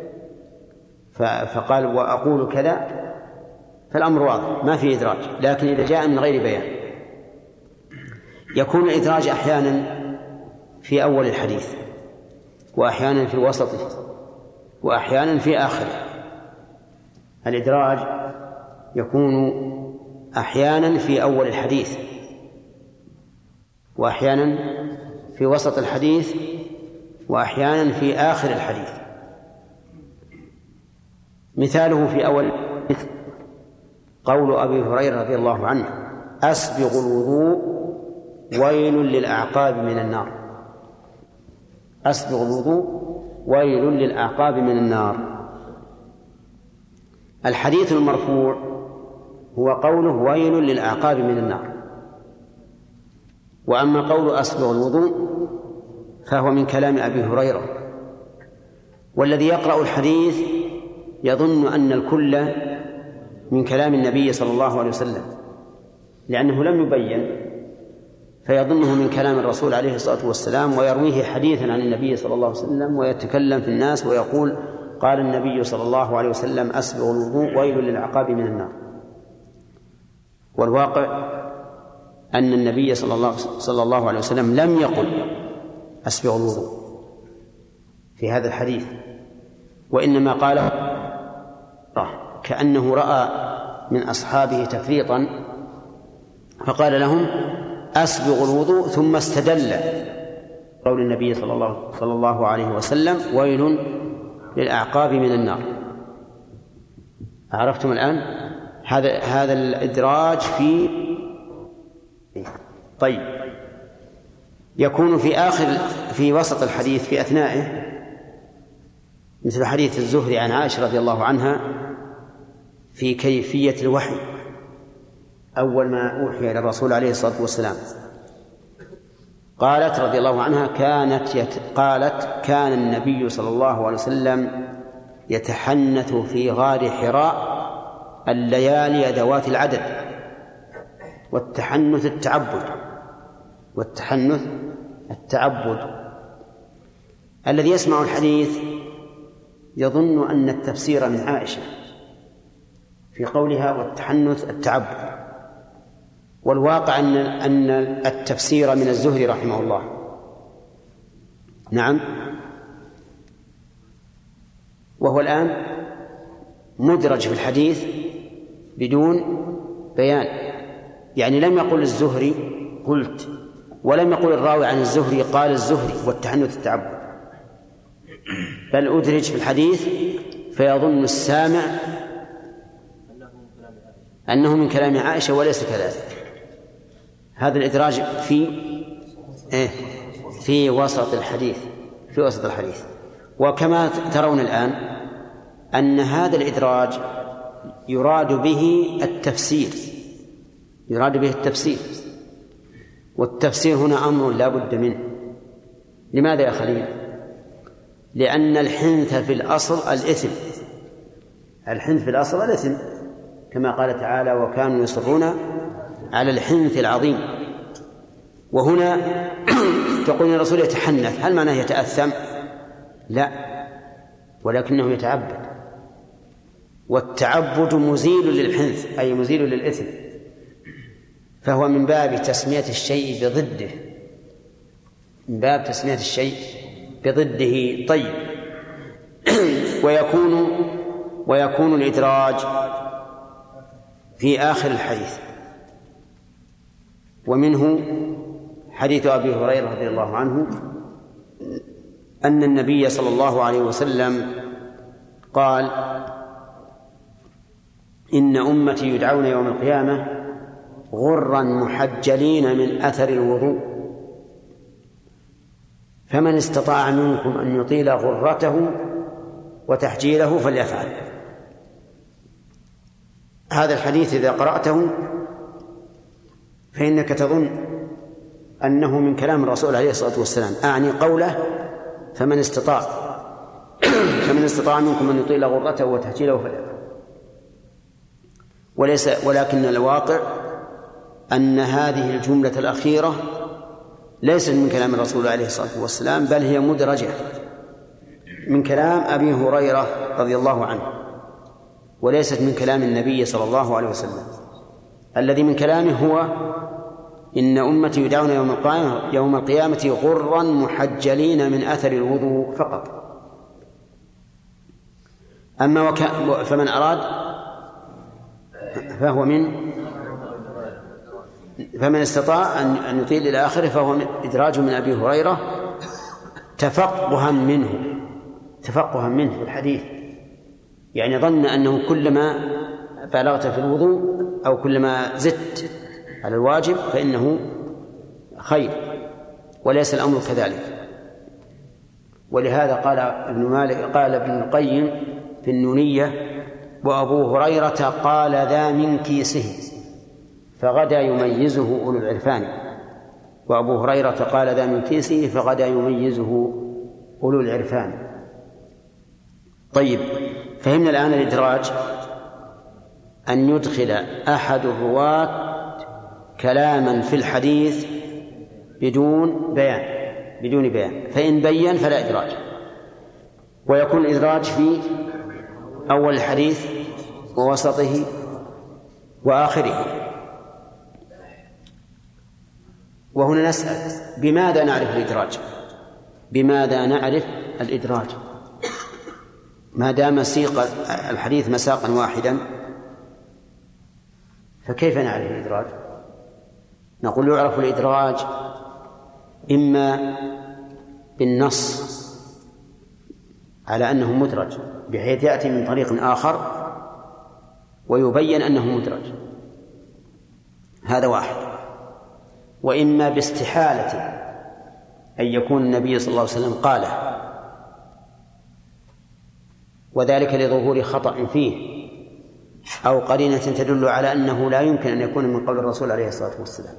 فقال وأقول كذا فالأمر واضح ما في إدراج، لكن إذا جاء من غير بيان يكون الإدراج أحيانا في أول الحديث، وأحيانا في وسطه، وأحيانا في آخره. الإدراج يكون أحيانا في أول الحديث، وأحيانا في وسط الحديث، وأحيانا في آخر الحديث. مثاله في أول قول أبي هريرة رضي الله عنه أسبغ الوضوء ويل للأعقاب من النار. أسبغ الوضوء ويل للأعقاب من النار. الحديث المرفوع هو قوله ويل للأعقاب من النار. وأما قول أسبغ الوضوء فهو من كلام أبي هريرة، والذي يقرأ الحديث يظن أن الكل من كلام النبي صلى الله عليه وسلم، لأنه لم يبين، فيظنه من كلام الرسول عليه الصلاة والسلام ويرويه حديثا عن النبي صلى الله عليه وسلم، ويتكلم في الناس ويقول قال النبي صلى الله عليه وسلم أسبغ الوضوء ويل للعقاب من النار. والواقع أن النبي صلى الله, صلى الله عليه وسلم لم يقل أسبغ الوضوء في هذا الحديث، وإنما قال كأنه رأى من أصحابه تفريطا فقال لهم أسبغ الوضوء، ثم استدل قول النبي صلى الله, صلى الله عليه وسلم ويل للأعقاب من النار. عرفتم الآن؟ هذا هذا الإدراج في طيب يكون في آخر في وسط الحديث في أثنائه، مثل حديث الزهري عن عائشة رضي الله عنها في كيفية الوحي أول ما أوحي إلى الرسول عليه الصلاة والسلام. قالت رضي الله عنها كانت يت... قالت كان النبي صلى الله عليه وسلم يتحنث في غار حراء الليالي ذوات العدد. والتحنث التعبد، والتحنث التعبد. الذي يسمع الحديث يظن أن التفسير من عائشة في قولها والتحنث التعبد، والواقع أن أن التفسير من الزهري رحمه الله. نعم، وهو الآن مدرج في الحديث بدون بيان، يعني لم يقل الزهري قلت، ولم يقل الراوي عن الزهري قال الزهري والتحنث التعبد، بل أدرج في الحديث فيظن السامع أنه من كلام عائشة وليس كذلك. هذا الإدراج في إيه؟ في وسط الحديث، في وسط الحديث. وكما ترون الآن أن هذا الإدراج يراد به التفسير، يراد به التفسير، والتفسير هنا أمر لا بد منه. لماذا يا خليل؟ لأن الحنث في الأصل الإثم، الحنث في الأصل الإثم كما قال تعالى وكانوا يصرون على الحنث العظيم. وهنا تقول الرسول يتحنث، هل معناه يتأثم؟ لا، ولكنه يتعبد، والتعبد مزيل للحنث أي مزيل للإثم، فهو من باب تسمية الشيء بضده، من باب تسمية الشيء بضده. طيب، ويكون ويكون الإدراج في آخر الحديث، ومنه حديث أبي هريرة رضي الله عنه أن النبي صلى الله عليه وسلم قال إن أمتي يدعون يوم القيامة غرا محجلين من أثر الوضوء، فمن استطاع منكم أن يطيل غرته وتحجيله فليفعل. هذا الحديث إذا قرأته فإنك تظن أنه من كلام الرسول عليه الصلاة والسلام، أعني قوله فمن استطاع فمن استطاع منكم أن يطيل غرته وتحجيله فليفعل. وليس ولكن الواقع أن هذه الجملة الأخيرة ليست من كلام الرسول عليه الصلاة والسلام، بل هي مدرجة من كلام أبي هريرة رضي الله عنه، وليست من كلام النبي صلى الله عليه وسلم. الذي من كلامه هو إن أمتي يدعون يوم القيامة, يوم القيامة غرا محجلين من أثر الوضوء فقط. أما وك... فمن أراد فهو من فمن استطاع أن يطيل إلى آخره فهو إدراج من أبي هريرة تفقها منه تفقها منه في الحديث، يعني ظن أنه كلما بلغت في الوضوء أو كلما زدت على الواجب فإنه خير، وليس الأمر كذلك. ولهذا قال ابن مالك قال ابن القيم في النونية وأبو هريرة قال ذا من كيسه فغدا يميزه أولو العرفان. وأبو هريرة قال ذا من كيسه فغدا يميزه أولو العرفان. طيب، فهمنا الآن الإدراج أن يدخل أحد الرواة كلاما في الحديث بدون بيان بدون بيان فإن بين فلا إدراج، ويكون الإدراج في أول الحديث ووسطه وآخره. وهنا نسأل بماذا نعرف الإدراج؟ بماذا نعرف الإدراج؟ ما دام سيق الحديث مساقا واحدا فكيف نعرف الإدراج؟ نقول يعرف الإدراج إما بالنص على أنه مدرج بحيث يأتي من طريق آخر ويبين أنه مدرج، هذا واحد، وإما باستحالة أن يكون النبي صلى الله عليه وسلم قاله وذلك لظهور خطأ فيه أو قرينة تدل على أنه لا يمكن أن يكون من قول الرسول عليه الصلاة والسلام،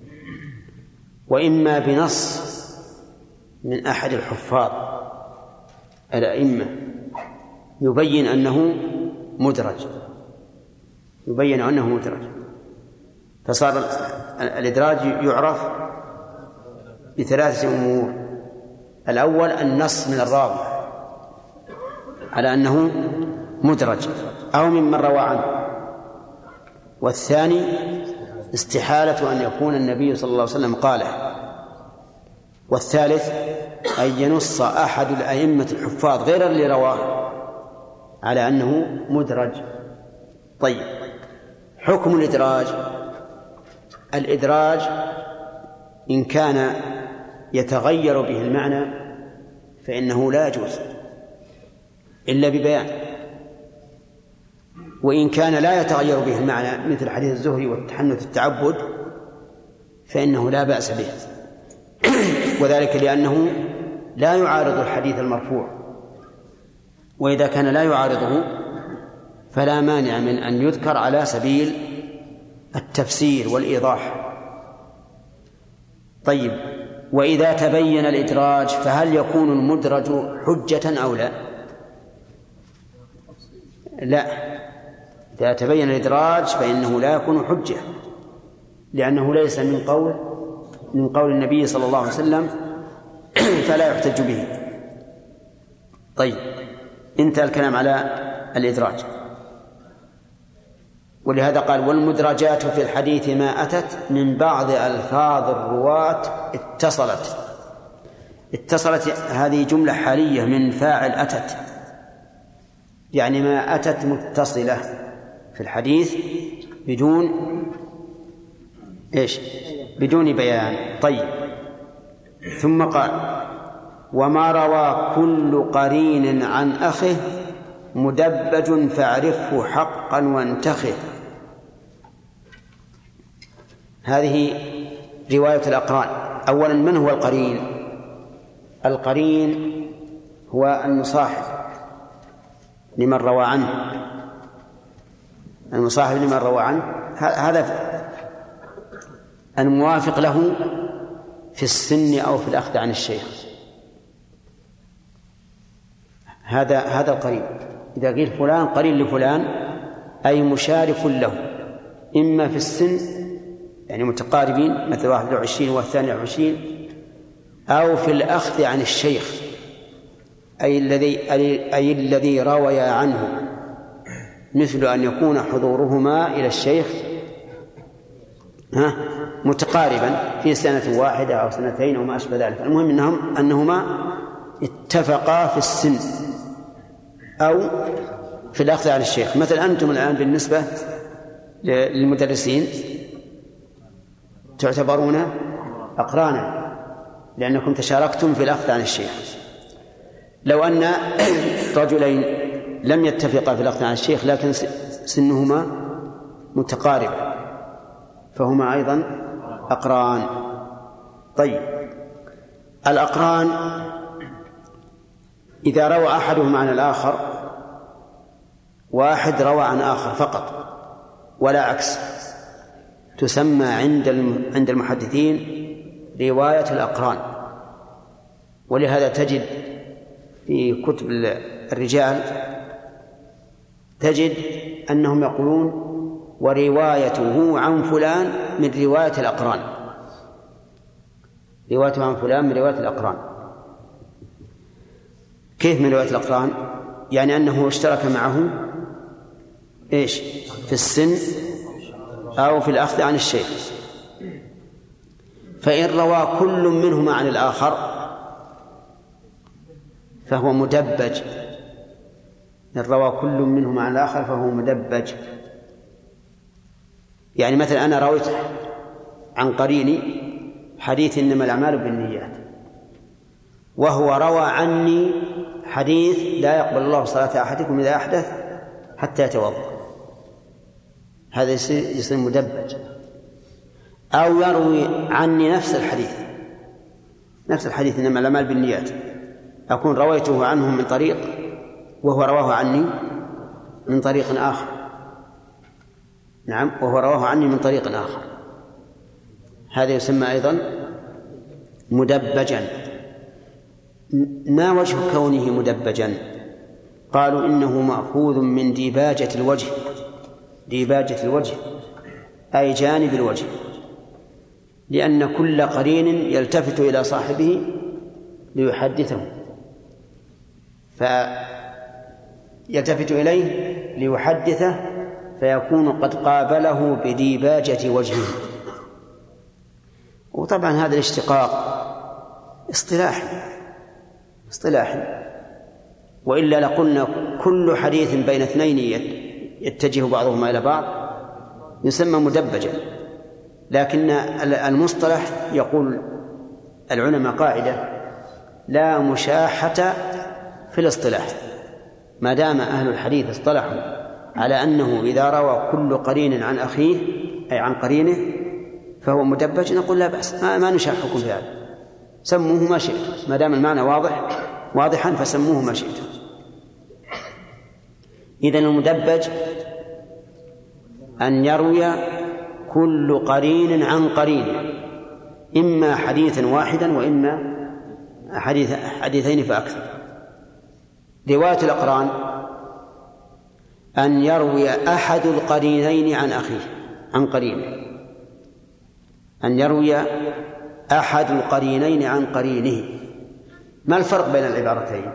وإما بنص من أحد الحفاظ الأئمة يبين أنه مدرج يبين أنه مدرج فصار الإدراج يعرف بثلاثة أمور. الأول النص من الراوي على أنه مدرج أو ممن روى عنه، والثاني استحالة أن يكون النبي صلى الله عليه وسلم قاله، والثالث أن ينص أحد الأئمة الحفاظ غير اللي رواه على أنه مدرج. طيب، حكم الإدراج: الإدراج إن كان يتغير به المعنى فإنه لا يجوز إلا ببيان، وإن كان لا يتغير به المعنى مثل حديث الزهري والتحنث التعبد فإنه لا بأس به، وذلك لأنه لا يعارض الحديث المرفوع، وإذا كان لا يعارضه فلا مانع من أن يذكر على سبيل التفسير والإيضاح. طيب، وإذا تبين الإدراج فهل يكون المدرج حجة أو لا؟ لا، إذا تبين الإدراج فإنه لا يكون حجة، لأنه ليس من قول من قول النبي صلى الله عليه وسلم فلا يحتج به. طيب، انتهى الكلام على الإدراج، ولهذا قال: والمدرجات في الحديث ما أتت من بعض ألفاظ الرواة اتصلت. اتصلت هذه جملة حالية من فاعل أتت، يعني ما أتت متصلة في الحديث بدون إيش؟ بدون بيان. طيب، ثم قال: وما روى كل قرين عن أخه مدبج فاعرفه حقا وانتخه. هذه رواية الأقران. أولا، من هو القرين؟ القرين هو المصاحب لمن روى عنه المصاحب لمن روى عنه هذا الموافق له في السن أو في الأخذ عن الشيخ، هذا هذا القرين. إذا قيل فلان قرين لفلان أي مشارك له، إما في السن يعني متقاربين مثل واحد وعشرين والثاني وعشرين، أو في الأخذ عن الشيخ أي الذي أي الذي روي عنه، مثل أن يكون حضورهما إلى الشيخ ها متقاربا في سنة واحدة أو سنتين أو ما أشبه ذلك. المهم أنهم أنهما اتفقا في السن أو في الأخذ عن الشيخ. مثل أنتم الآن بالنسبة للمدرسين تعتبرون أقرانا لأنكم تشاركتم في الأخذ عن الشيخ. لو أن رجلين لم يتفقا في الأخذ عن الشيخ لكن سنهما متقاربة فهما أيضا أقران. طيب، الأقران إذا روى أحدهما عن الآخر، واحد روى عن آخر فقط ولا عكس، تسمى عند عند المحدثين رواية الأقران. ولهذا تجد في كتب الرجال تجد أنهم يقولون وروايته عن فلان من رواية الأقران، روايته عن فلان من رواية الأقران. كيف من رواية الأقران؟ يعني أنه اشترك معه إيش في السن أو في الأخذ عن الشيء. فإن روى كل منهما عن الآخر فهو مدبج، إن روى كل منهما عن الآخر فهو مدبج. يعني مثلا أنا رويت عن قريني حديث إنما الأعمال بالنيات، وهو روى عني حديث لا يقبل الله صلاة أحدكم إذا أحدث حتى يتوضأ، هذا يصير مدبج. أو يروي عني نفس الحديث نفس الحديث إنما الأعمال بالنيات، أكون رويته عنه من طريق وهو رواه عني من طريق آخر. نعم، وهو رواه عني من طريق آخر، هذا يسمى أيضا مدبجا. ما وجه كونه مدبجا؟ قالوا إنه مأخوذ من ديباجة الوجه، ديباجة الوجه أي جانب الوجه، لأن كل قرين يلتفت إلى صاحبه ليحدثه، فيلتفت إليه ليحدثه فيكون قد قابله بديباجة وجهه. وطبعا هذا الاشتقاق اصطلاحي اصطلاحي وإلا لقلنا كل حديث بين اثنين يتجه بعضهما إلى بعض يسمى مدبجا. لكن المصطلح يقول العلماء قاعدة لا مشاحة في الاصطلاح، ما دام أهل الحديث اصطلحوا على أنه إذا روى كل قرين عن أخيه أي عن قرينه فهو مدبج، نقول لا بأس، ما, ما نشاحكم في هذا، سموه ما شئت، ما دام المعنى واضح واضحا فسموه ما شئت. إذن المدبج أن يروي كل قرين عن قرين، إما حديثا واحدا وإما حديث حديثين فأكثر. رواية الأقران أن يروي أحد القرينين عن أخيه عن قرينه، أن يروي أحد القرينين عن قرينه. ما الفرق بين العبارتين؟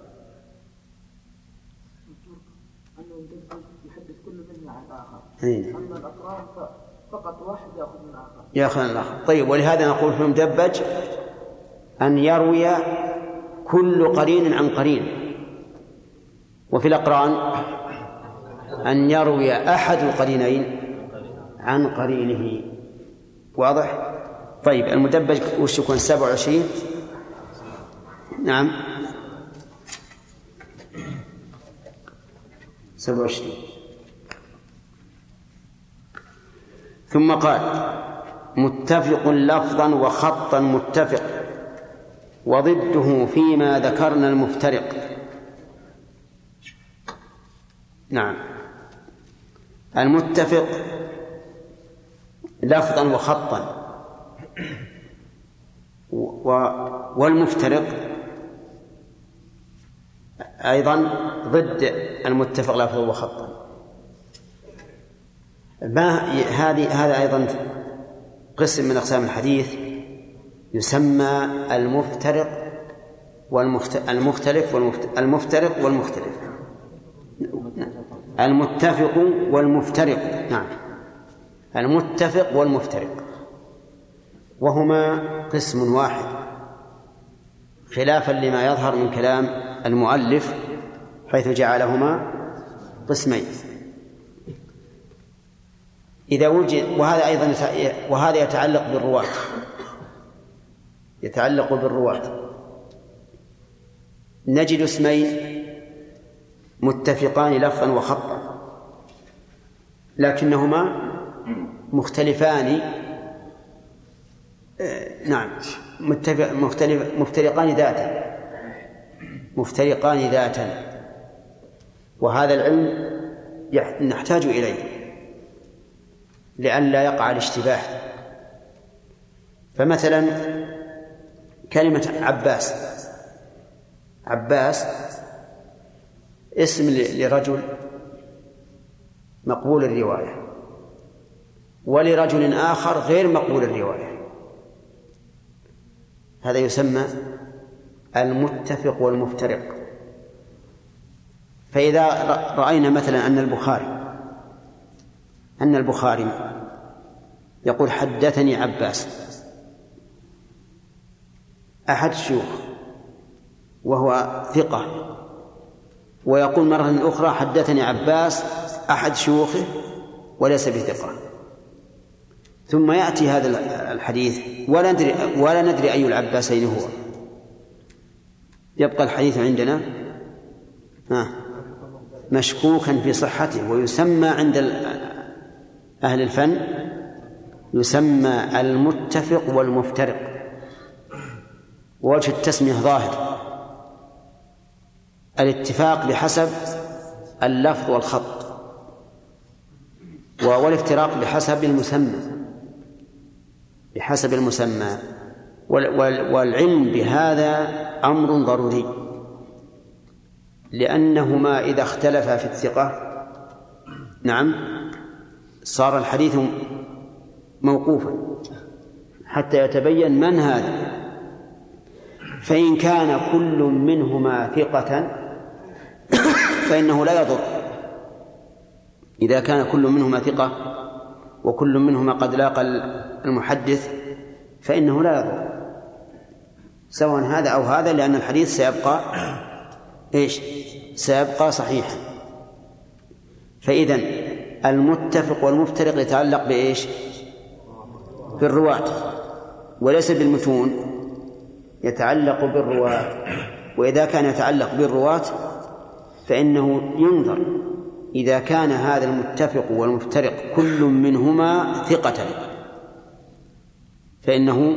يحدث كل منه عن الآخر، أين؟ أما الأقران فقط واحد يأخذ من الآخر يأخذ من الآخر. طيب، ولهذا نقول في المدبج أن يروي كل قرين عن قرين. وفي الأقران أن يروي أحد القرينين عن قرينه. واضح؟ طيب، المدبج وش يكون؟ سبع وعشرين. نعم، سبع وعشرين. ثم قال متفق لفظا وخطا متفق، وضده فيما ذكرنا المفترق. نعم، المتفق لفظا وخطا، والمفترق أيضا ضد المتفق لفظا وخطا. ما هذه هذا أيضا قسم من أقسام الحديث يسمى المفترق والمختلف والمفترق والمختلف، المتفق والمفترق. نعم، المتفق والمفترق، وهما قسم واحد، خلافا لما يظهر من كلام المؤلف حيث جعلهما قسمين. إذا وجد، وهذا أيضا وهذا يتعلق بالرواة، يتعلق بالرواة نجد اسمين متفقان لفظا وخطا لكنهما مختلفان. نعم، مختلف مفترقان ذاتا مفترقان ذاتا وهذا العلم نحتاج إليه لئلا يقع الاشتباه. فمثلا كلمة عباس، عباس اسم لرجل مقبول الرواية، ولرجل آخر غير مقبول الرواية، هذا يسمى المتفق والمفترق. فإذا رأينا مثلا أن البخاري أن البخاري يقول حدثني عباس أحد الشيوخ وهو ثقة، ويقول مرة أخرى حدثني عباس أحد شيوخه وليس بثقة، ثم يأتي هذا الحديث ولا ندري, ولا ندري أي العباسين هو، يبقى الحديث عندنا مشكوكا في صحته، ويسمى عند أهل الفن يسمى المتفق والمفترق، ووجه التسمية ظاهر، الاتفاق بحسب اللفظ والخط، والافتراق بحسب المسمى بحسب المسمى والعلم بهذا أمر ضروري، لأنهما إذا اختلفا في الثقة نعم صار الحديث موقوفا حتى يتبين من هذا. فإن كان كل منهما ثقة فإنه لا يضر، إذا كان كل منهما ثقة وكل منهما قد لاقى المحدث فإنه لا يضر سواء هذا أو هذا، لأن الحديث سيبقى إيش؟ سيبقى صحيحا. فإذن المتفق والمفترق يتعلق بإيش؟ بالرواة وليس بالمتون، يتعلق بالرواة. وإذا كان يتعلق بالرواة فإنه ينظر إذا كان هذا المتفق والمفترق كل منهما ثقة فإنه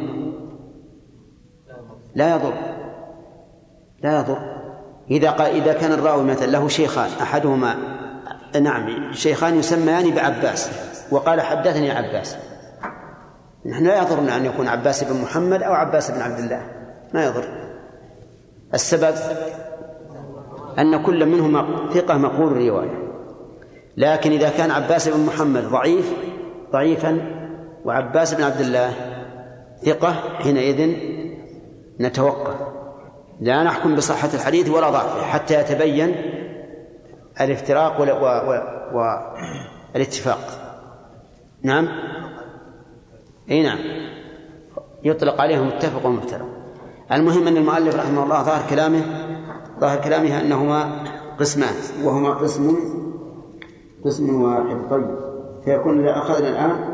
لا يضر لا يضر إذا قال إذا كان الراوي مثلا له شيخان أحدهما نعم شيخان يسميان بعباس وقال حدثني عباس، نحن لا يضرنا أن يكون عباس بن محمد أو عباس بن عبد الله، ما يضر. السبب أن كل منهما ثقة مقبول الرواية، لكن إذا كان عباس بن محمد ضعيف ضعيفا وعباس بن عبد الله ثقة حينئذ نتوقف، لا نحكم بصحة الحديث ولا ضعفه حتى يتبين الافتراق والاتفاق. نعم اي نعم يطلق عليهم متفق ومفترق. المهم أن المؤلف رحمه الله ظاهر كلامه ظاهر كلامه أنهما قسمان، وهما قسم قسم واحد. طيب فيكون إذا أخذنا الآن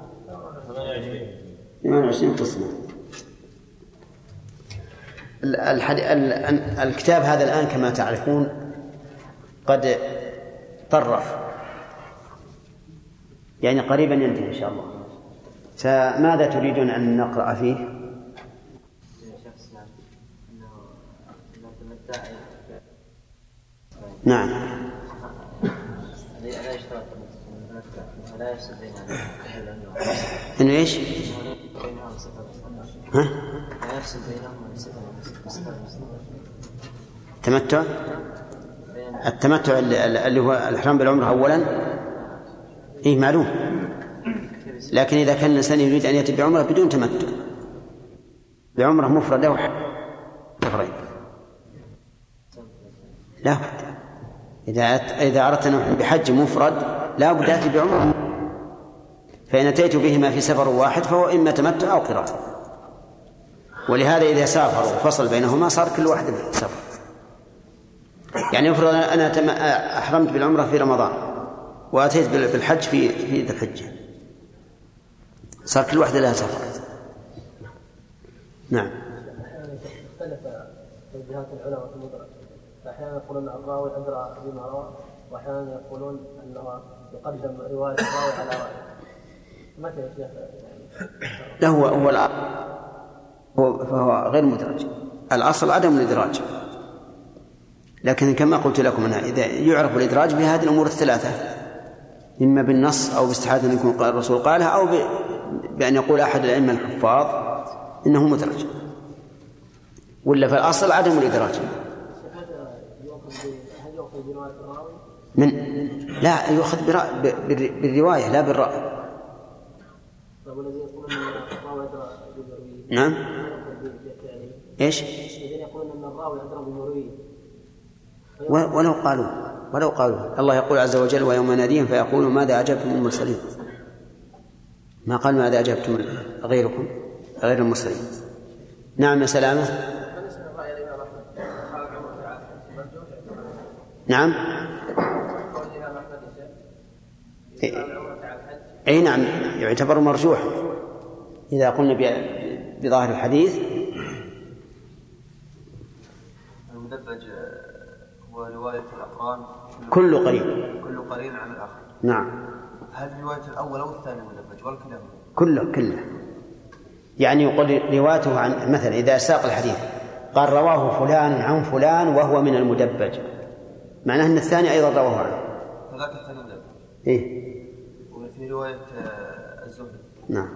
ثمانية وعشرين قسما. الكتاب هذا الآن كما تعرفون قد طرف، يعني قريبا ينتهي إن شاء الله، فماذا تريدون أن نقرأ فيه؟ نعم إنه إيش؟ ها؟ تمتع؟ التمتع اللي هو الإحرام بالعمرة أولا إيه معلوم، لكن إذا كان الإنسان يريد أن يأتي بعمرة بدون تمتع بعمرة مفردة وحفرين لا بد، إذا إذا أردت أن بحج مفرد لا بد أتي بعمرة، فإن أتيت بهما في سفر واحد فهو إما تمتع أو قران. ولهذا إذا سافر وفصل بينهما صار كل واحد سفر. يعني يفرض أنا أحرمت بالعمرة في رمضان وأتيت بالحج في في ذي الحجة، صار كل واحدة لها سفر. نعم. اختلف توجيهات العلماء في المدرج، فأحيانا يقولون الراوي أدرى بما روى، وأحيانا يقولون أنه يقدم رواية الراوي على رواية. متى يا شيخ؟ لا هو هو هو فهو غير مدرج، الأصل عدم الإدراج، لكن كما قلت لكم أنها إذا يعرف الإدراج بهذه الأمور الثلاثة، إما بالنص أو باستحاضة أن يكون الرسول قالها، أو بأن يقول أحد الأئمة الحفاظ إنه مدرج، ولا في الأصل عدم الإدراج. من لا يؤخذ بالرواية لا بالرأي. نعم. إيش؟ ولو قالوا ولو قالوا الله يقول عز وجل ويوم يناديهم فيقولوا ماذا أجبتم المرسلين، ما قال ماذا أجبتم غيركم غير المرسلين. نعم يا سلامة. نعم. أي نعم يعتبر مرجوح إذا قلنا بظاهر الحديث. المدبج هو رواية الأقران كل قرين كل قرين عن الآخر. نعم. هل رواية الأول أو الثاني مدبج ولا كلاهما؟ كله كله. يعني يقول روايته عن مثلا إذا ساق الحديث قال رواه فلان عن فلان وهو من المدبج، معناه أن الثاني أيضا رواه عنه. فذاك الثاني مدبج. إيه. وفي رواية الزهري نعم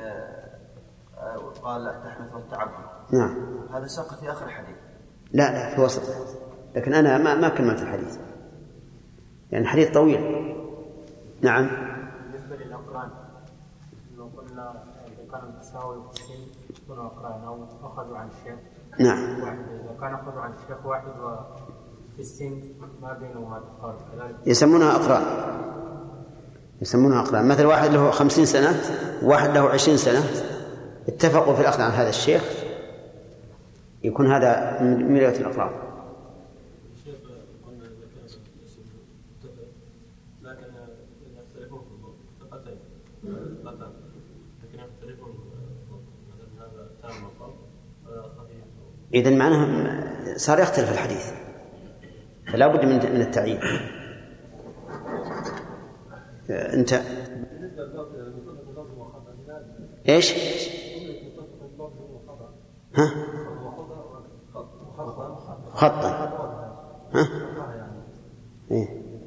قال التحنث والتعبد. نعم. هذا ساق في آخر الحديث. لا لا في وسطه، لكن أنا ما ما كملت الحديث يعني الحديث طويل. نعم. بالنسبة للأقران لو قلنا إذا كان التساوي في السن يكونوا أقران أو أخذوا عن الشيخ. نعم. واحد إذا كان أخذوا عن الشيخ واحد وفي السن ما بينهما تقارب كذلك يسمونها أقران يسمونها أقران مثل واحد له خمسين سنة وواحد له عشرين سنة اتفقوا في الأخذ عن هذا الشيخ يكون هذا من رواية الأقران. إذن معناه صار يختلف الحديث فلا بد من التعيين. أنت إيش؟ ها؟ خطا. ها؟ إيه؟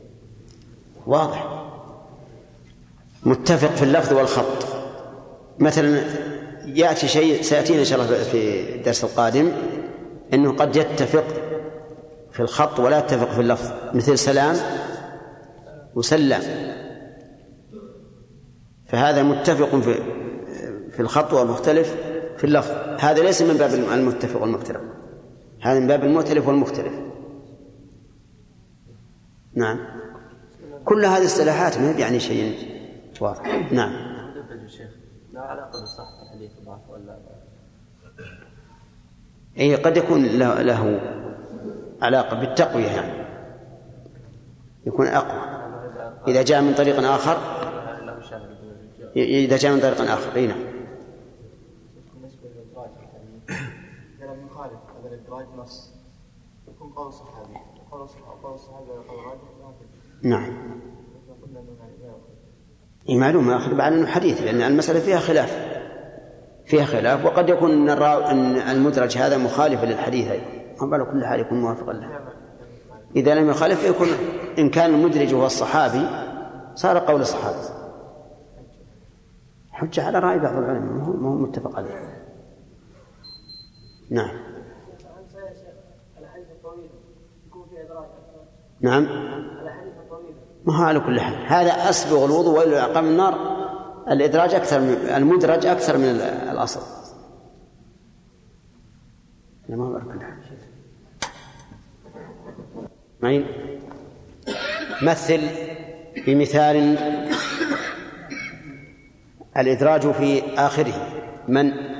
واضح متفق في اللفظ والخط. مثلا يأتي شيء سيأتينا إن شاء الله في الدرس القادم أنه قد يتفق في الخط ولا يتفق في اللفظ، مثل سلام وسلم، فهذا متفق في في الخط ومختلف في اللفظ. هذا ليس من باب المتفق والمختلف، هذا من باب المختلف والمختلف. نعم. كل هذه الصلاحات ما يعني شيء واضح. نعم. لا علاقة بالصحة الحديث الضعف ولا أي قد يكون له, له علاقة بالتقوية، يعني يكون أقوى إذا جاء من طريق آخر إذا جاء من طريق آخر. أي نعم. بالنسبة للإدراج لم يخالف هذا الإدراج نص يكون قول صحابي قول صحابي قول راجح. نعم. إيه معلومة أخذ بعد أنه حديث لأن المسألة فيها خلاف فيها خلاف وقد يكون أن المدرج هذا مخالف للحديث ما بال كل حال يكون موافقا له. إذا لم يخالف يكون إن كان المدرج هو الصحابي صار قول الصحابي حجة على رأي بعض العلماء ما هو متفق عليه. نعم. نعم. ما هو على كل حال هذا أسبغ الوضوء وإلى عقاب النار. الإدراج أكثر من المدرج أكثر من الأصل. ما هو على كل حال. معين مثل بمثال الإدراج في آخره. من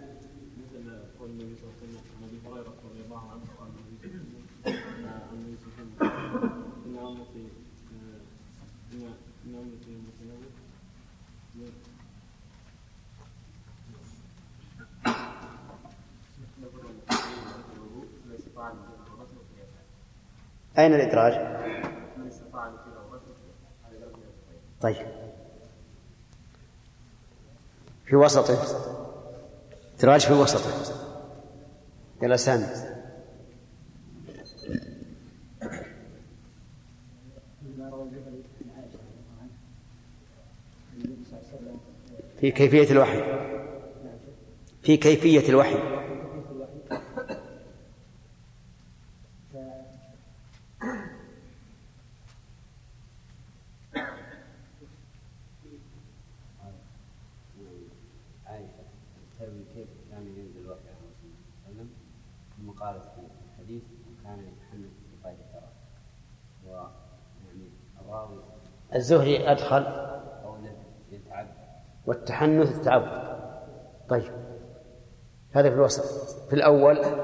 أين الإدراج؟ طيب في وسطه إدراج في وسطه. يلا سامي. في كيفية الوحي. في كيفية الوحي. كيف كان ينزل الوحي عليه الصلاة والسلام ثم قالت في الحديث كان يتحنث بقيد التراب ويعني الراوي الزهري أدخل أو يتعب والتحنث التعب. طيب هذا في الوسط. في الأول عن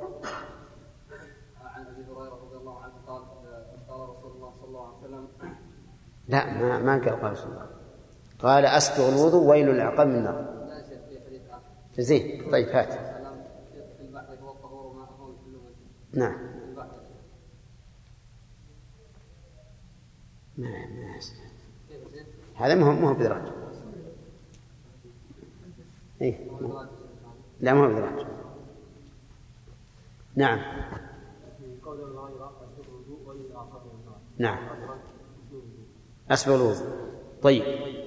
أبي هريرة رضي الله عنه قال قال رسول الله صلى الله عليه وسلم لا ما ما قال قال رسول الله قال أسبغ الوضوء ويل العقاب من النار. زين. طيب هات. في البحر هو الطهور ماءه الحل. نعم. ما ما هذا ما هو ما هو بدراج. إيه لا ما هو بدراج. نعم. نعم أسبغ الوضوء. طيب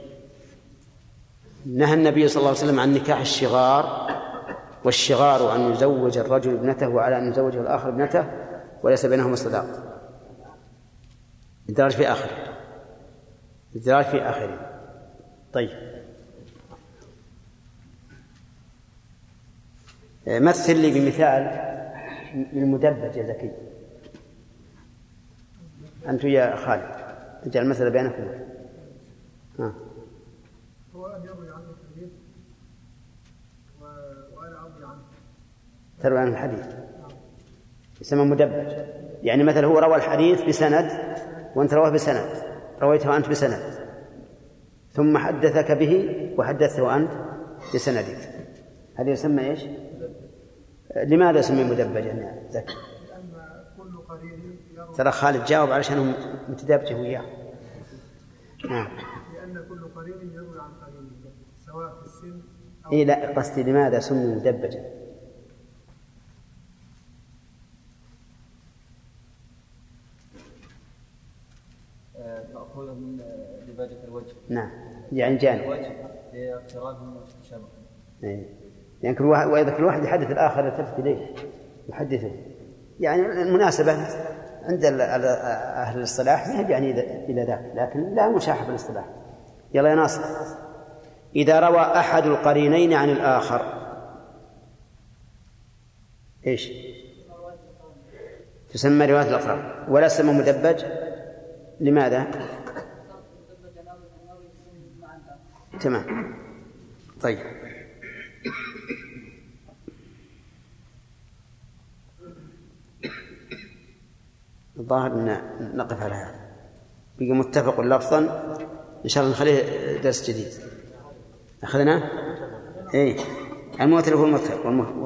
نهى النبي صلى الله عليه وسلم عن نكاح الشغار، والشغار أن يزوج الرجل ابنته وعلى أن يزوجه الآخر ابنته وليس بينهما صداق. الدراج في آخر الدراج في آخره. طيب مثل لي بمثال للمدبج يا زكي أنت يا خالد اجعل المثل بينكم. ها. هو أن يروي عنه الحديث وأنا أروي عنه. تروي عن الحديث يسمى مدبج. يعني مثلا هو روى الحديث بسند وأنت رواه بسند، رويته أنت بسند ثم حدثك به وحدثته أنت بسندك، هذا يسمى إيش؟ لماذا يسمى مدبجا يا زكي؟ لأن كل قرين يروي. ترى خالد جاوب علشان متدبجه وياه. نعم. لأن كل قرين يروي عن قرين سواء في السن أو إيه لا قصدي لماذا سمي مدبجا؟ مأخوذ من دباجة الوجه. نعم يعني جانب الوجه لاقتراب من الشبه. إيه يعني كل واحد وإذا كل واحد يحدث الآخر يلتفت إليه يحدثه. يعني المناسبة عند أهل الاصطلاح ما هي يعني إلى ذاك، لكن لا مشاحة في الاصطلاح. يلا يا ناصر. إذا روى أحد القرينين عن الآخر إيش؟ تسمى رواية الأقرب ولا تسمى مدبج. لماذا؟ تمام. طيب الظاهر أن نقف على هذا. بقي متفق لفظا إن شاء الله نخليه درس جديد. أخذنا إيه المؤثر هو المتفق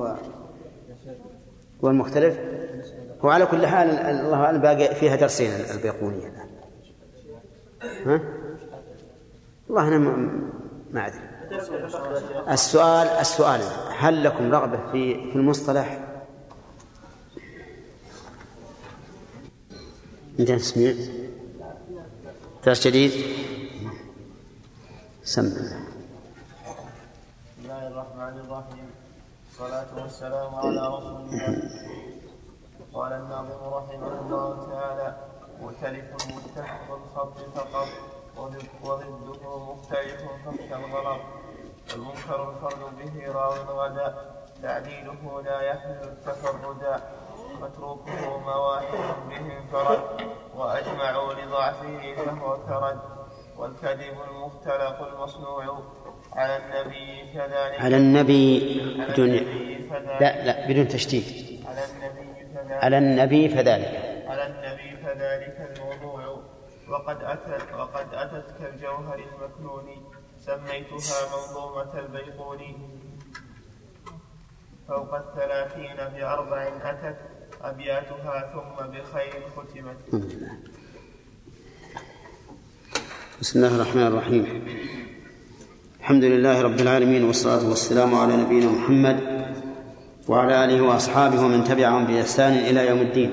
والمختلف. وعلى كل حال الله أعلم باقي فيها درسين البيقونية الآن. ها والله أنا ما أدري. السؤال السؤال هل لكم رغبة في في المصطلح؟ أنت تسمع درس جديد. سمع. بسم الله الرحمن الرحيم. الصلاة والسلام على رسول الله. قال الناظم رحمه الله تعالى: مختلف متفق الخط فقط وضده مختلف فاخشى الغلط. المنكر الفرد به راو غدا تعديله لا يحمل التفردا. متروكه مواحد به انفرد وأجمعوا لضعفه فهو كرد. والكذب المختلق المصنوع على النبي كذلك على النبي بدون لا لا بدون تشديد على النبي فذلك على النبي فذلك على النبي فذلك الموضوع. وقد أتت وقد أتت كالجوهر المكنون سميتها منظومة البيقون. فوق الثلاثين بأربع أتت أبياتها ثم بخير ختمت. بسم الله الرحمن الرحيم. الحمد لله رب العالمين والصلاة والسلام على نبينا محمد وعلى آله وأصحابه ومن تبعهم بإحسان إلى يوم الدين.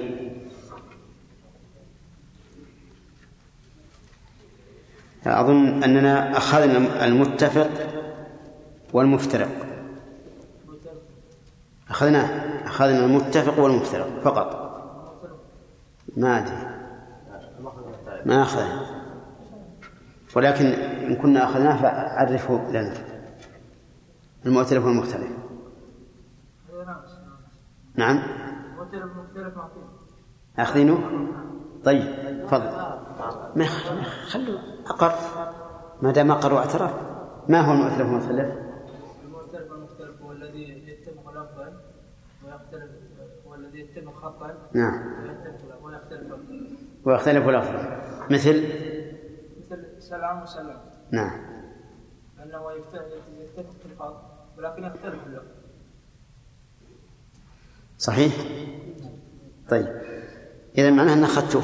أظن أننا أخذنا المتفق والمفترق. أخذنا أخذنا المتفق والمفترق فقط، ما أدري ما أخذنا، ولكن إن كنا أخذناه فعرفه لنا المؤتلف والمختلف. نعم أخذينه. طيب فضل ما خلوا أقر ما دام أقر واعترف. ما هو المؤتلف والمختلف؟ المؤتلف والمختلف هو الذي يتفق لفظا ويختلف، هو الذي يتفق خطا. نعم. ويختلف ويختلف لفظا، مثل مثل سلام وسلام. نعم. أنه يتفق في الفاظ ولكن يختلف اللفظ. صحيح. طيب إذا معناه أن أخذته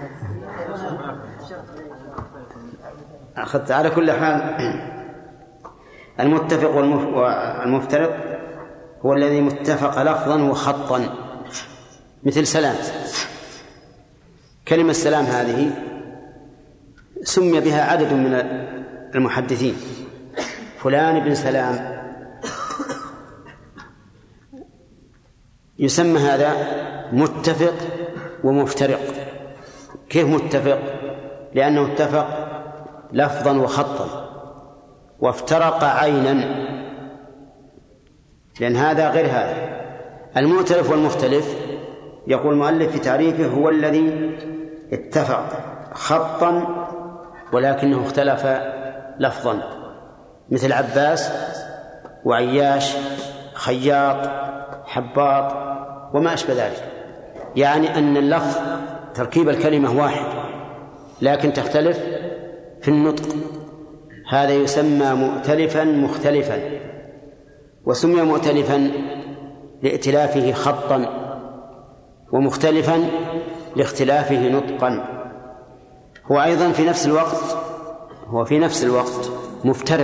أخذت على كل حال. المتفق والمفترق هو الذي متفق لفظا وخطا، مثل سلام. كلمة سلام هذه سمي بها عدد من المحدثين، فلان بن سلام، يسمى هذا متفق ومفترق. كيف متفق؟ لأنه اتفق لفظا وخطا، وافترق عينا، لأن هذا غير هذا. المؤتلف والمختلف يقول المؤلف في تعريفه هو الذي اتفق خطا ولكنه اختلف لفظا، مثل عباس وعياش، خياط، حباط وما أشبه ذلك. يعني أن اللفظ تركيب الكلمة واحد لكن تختلف في النطق، هذا يسمى مؤتلفا مختلفا. وسمي مؤتلفا لائتلافه خطا، ومختلفا لاختلافه نطقا. هو أيضا في نفس الوقت هو في نفس الوقت مفترق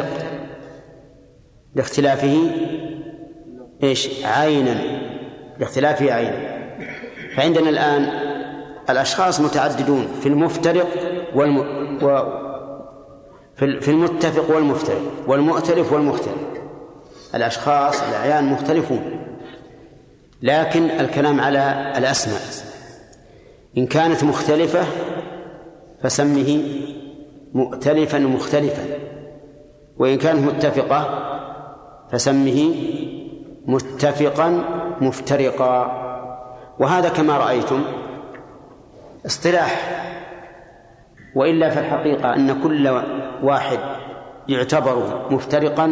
لاختلافه إيش عينا، لاختلافه عينا. فعندنا الآن الأشخاص متعددون في المفترق والم... و... في المتفق والمفترق والمؤتلف والمختلف. الأشخاص الأعيان مختلفون، لكن الكلام على الأسماء. إن كانت مختلفة فسمه مؤتلفا مختلفا، وإن كانت متفقة فسمه متفقا مفترقا. وهذا كما رأيتم اصطلاح، وإلا في الحقيقة أن كل واحد يعتبر مفترقا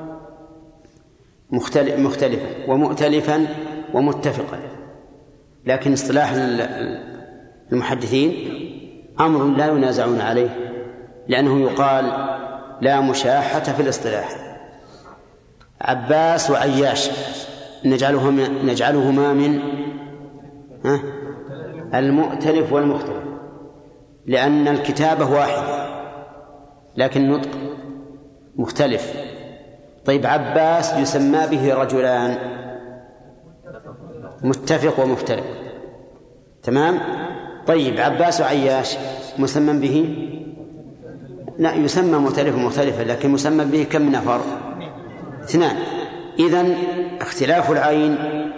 مختلفا ومؤتلفا ومتفقا، لكن اصطلاح المحدثين أمر لا ينازعون عليه، لأنه يقال لا مشاحة في الاصطلاح. عباس وعياش نجعلهما, نجعلهما من المؤتلف والمختلف، لأن الكتابة واحدة لكن النطق مختلف. طيب عباس يسمى به رجلان، متفق ومفترق، تمام. طيب عباس وعياش مسمى به لا يسمى مؤتلف ومختلفا، لكن مسمى به كم نفر؟ اثنان. إذن اختلاف العين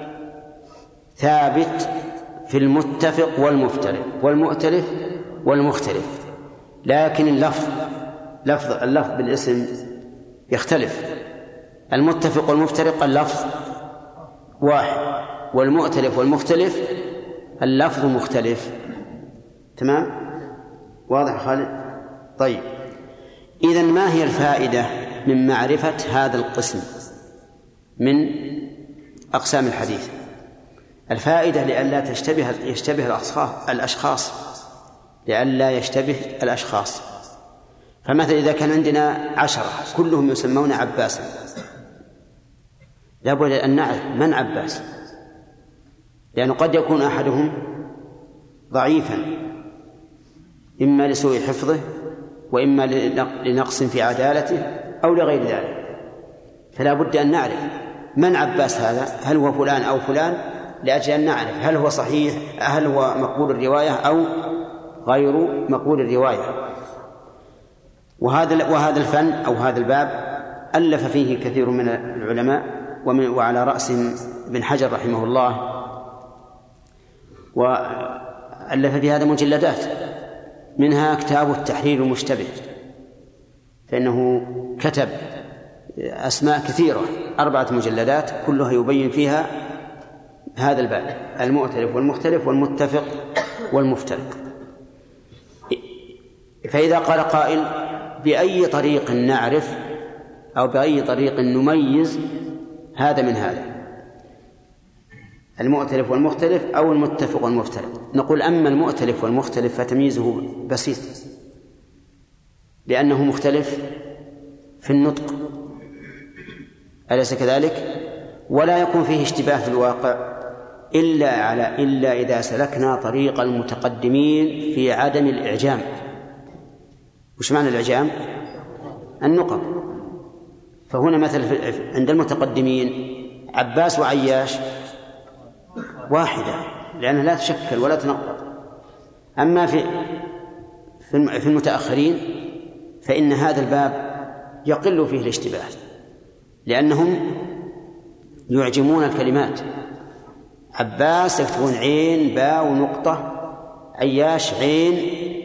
ثابت في المتفق والمفترق والمؤتلف والمختلف، لكن اللفظ لفظ اللفظ بالاسم يختلف. المتفق والمفترق اللفظ واحد، والمؤتلف والمختلف اللفظ مختلف. تمام؟ واضح خالد؟ طيب إذن ما هي الفائدة من معرفة هذا القسم من أقسام الحديث؟ الفائدة لئلا تشتبه يشتبه الأشخاص، لئلا يشتبه الأشخاص. فمثلا إذا كان عندنا عشرة كلهم يسمون عباسا، لابد أن نعرف من عباس، لأنه قد يكون أحدهم ضعيفا إما لسوء حفظه وإما لنقص في عدالته أو لغير ذلك، فلا بد أن نعرف من عباس هذا، هل هو فلان أو فلان، لأجل أن نعرف هل هو صحيح، هل هو مقبول الرواية أو غير مقبول الرواية. وهذا وهذا الفن أو هذا الباب ألف فيه كثير من العلماء، وعلى رأسهم ابن حجر رحمه الله، وألف في هذا مجلدات، منها كتاب التحرير المشتبه، فإنه كتب أسماء كثيرة، أربعة مجلدات كلها يبين فيها هذا الباب: المؤتلف والمختلف والمتفق والمفترق. فإذا قال قائل: بأي طريق نعرف أو بأي طريق نميز هذا من هذا، المؤتلف والمختلف أو المتفق والمفترق؟ نقول: أما المؤتلف والمختلف فتمييزه بسيط، لأنه مختلف في النطق، أليس كذلك؟ ولا يكون فيه اشتباه في الواقع إلا على إلا إذا سلكنا طريق المتقدمين في عدم الإعجام. وش معنى الإعجام؟ النقط. فهنا مثل عند المتقدمين عباس وعياش واحدة، لأنها لا تشكل ولا تنقط. أما في في المتأخرين فإن هذا الباب يقل فيه الاشتباه، لأنهم يعجمون الكلمات. عباس يكتبون عين باء ونقطة، عياش عين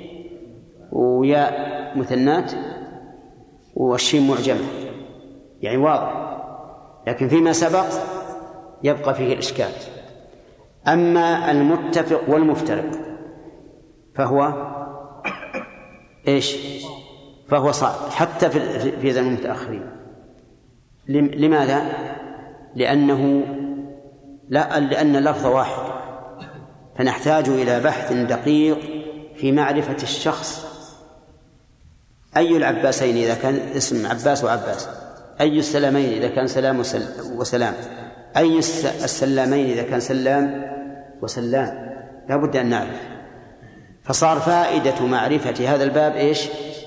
وياء مثنات والشين معجمة، يعني واضح. لكن فيما سبق يبقى فيه الإشكال. أما المتفق والمفترق فهو إيش؟ فهو صعب حتى في زمن المتأخرين. لماذا؟ لأنه لا لأن اللفظ واحد، فنحتاج إلى بحث دقيق في معرفة الشخص. أي العباسين إذا كان اسم عباس وعباس، أي السلامين إذا كان سلام وسلام، أي السلامين إذا كان سلام وسلام، لا بد أن نعرف. فصار فائدة معرفة هذا الباب إيش؟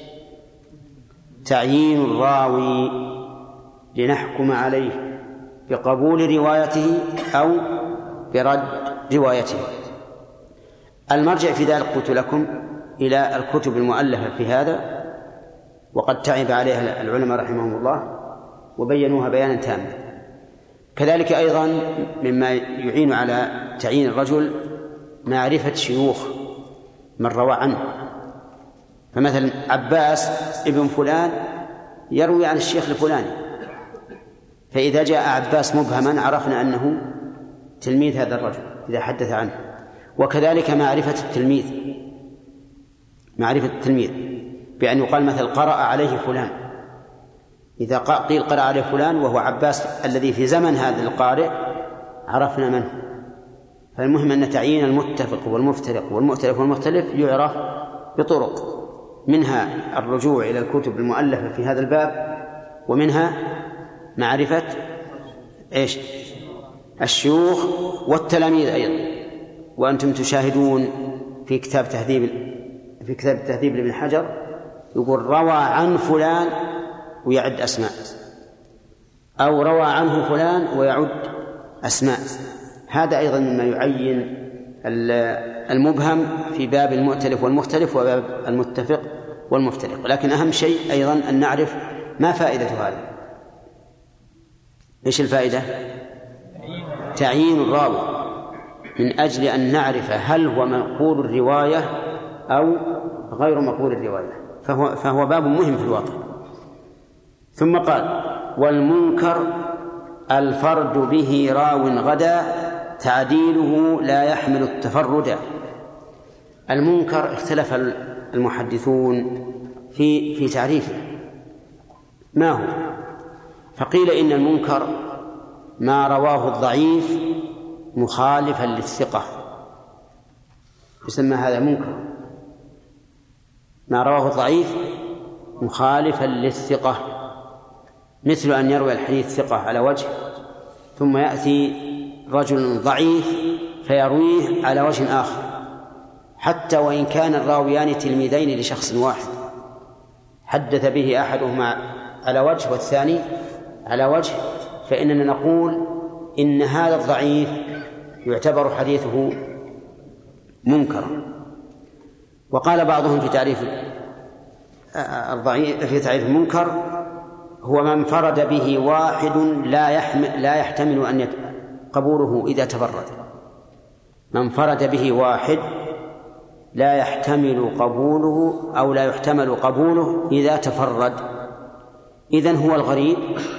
تعيين الراوي لنحكم عليه بقبول روايته أو برد روايته. المرجع في ذلك قلت لكم إلى الكتب المؤلفة في هذا، وقد تعب عليها العلماء رحمهم الله وبينوها بيانا تاما. كذلك أيضا مما يعين على تعيين الرجل معرفة شيوخ من روى عنه. فمثلا عباس ابن فلان يروي عن الشيخ الفلاني، فإذا جاء عباس مبهما عرفنا أنه تلميذ هذا الرجل إذا حدث عنه. وكذلك معرفة التلميذ، معرفة التلميذ بأن يقال مثل قرأ عليه فلان، إذا قيل قرأ عليه فلان وهو عباس الذي في زمن هذا القارئ عرفنا منه. فالمهم أن تعيين المتفق والمفترق والمؤتلف والمختلف يعرف بطرق، منها الرجوع إلى الكتب المؤلفة في هذا الباب، ومنها معرفة إيش؟ الشيوخ والتلاميذ أيضا. وأنتم تشاهدون في كتاب تهذيب في كتاب التهذيب لابن حجر يقول روى عن فلان ويعد أسماء، أو روى عنه فلان ويعد أسماء. هذا أيضا مما يعين المبهم في باب المؤتلف والمختلف وباب المتفق والمفترق. لكن أهم شيء أيضا أن نعرف ما فائدة هذا. إيش الفائدة؟ تعيين الراوي من أجل أن نعرف هل هو منقول الرواية أو غير منقول الرواية، فهو, فهو باب مهم في الواقع. ثم قال: والمنكر الفرد به راو غدا تعديله لا يحمل التفرد. المنكر اختلف المحدثون في في تعريفه ما هو، فقيل إن المنكر ما رواه الضعيف مخالفا للثقة، يسمى هذا منكر. ما رواه الضعيف مخالفا للثقة، مثل أن يروي الحديث ثقة على وجه ثم يأتي رجل ضعيف فيرويه على وجه آخر، حتى وإن كان الراويان تلميذين لشخص واحد، حدث به أحدهما على وجه والثاني على وجه، فإننا نقول إن هذا الضعيف يعتبر حديثه منكرا. وقال بعضهم في تعريف الضعيف في تعريف المنكر هو من انفرد به واحد لا يحمل لا يحتمل أن قبوله إذا تفرد. ما انفرد به واحد لا يحتمل قبوله أو لا يحتمل قبوله إذا تفرد. إذن هو الغريب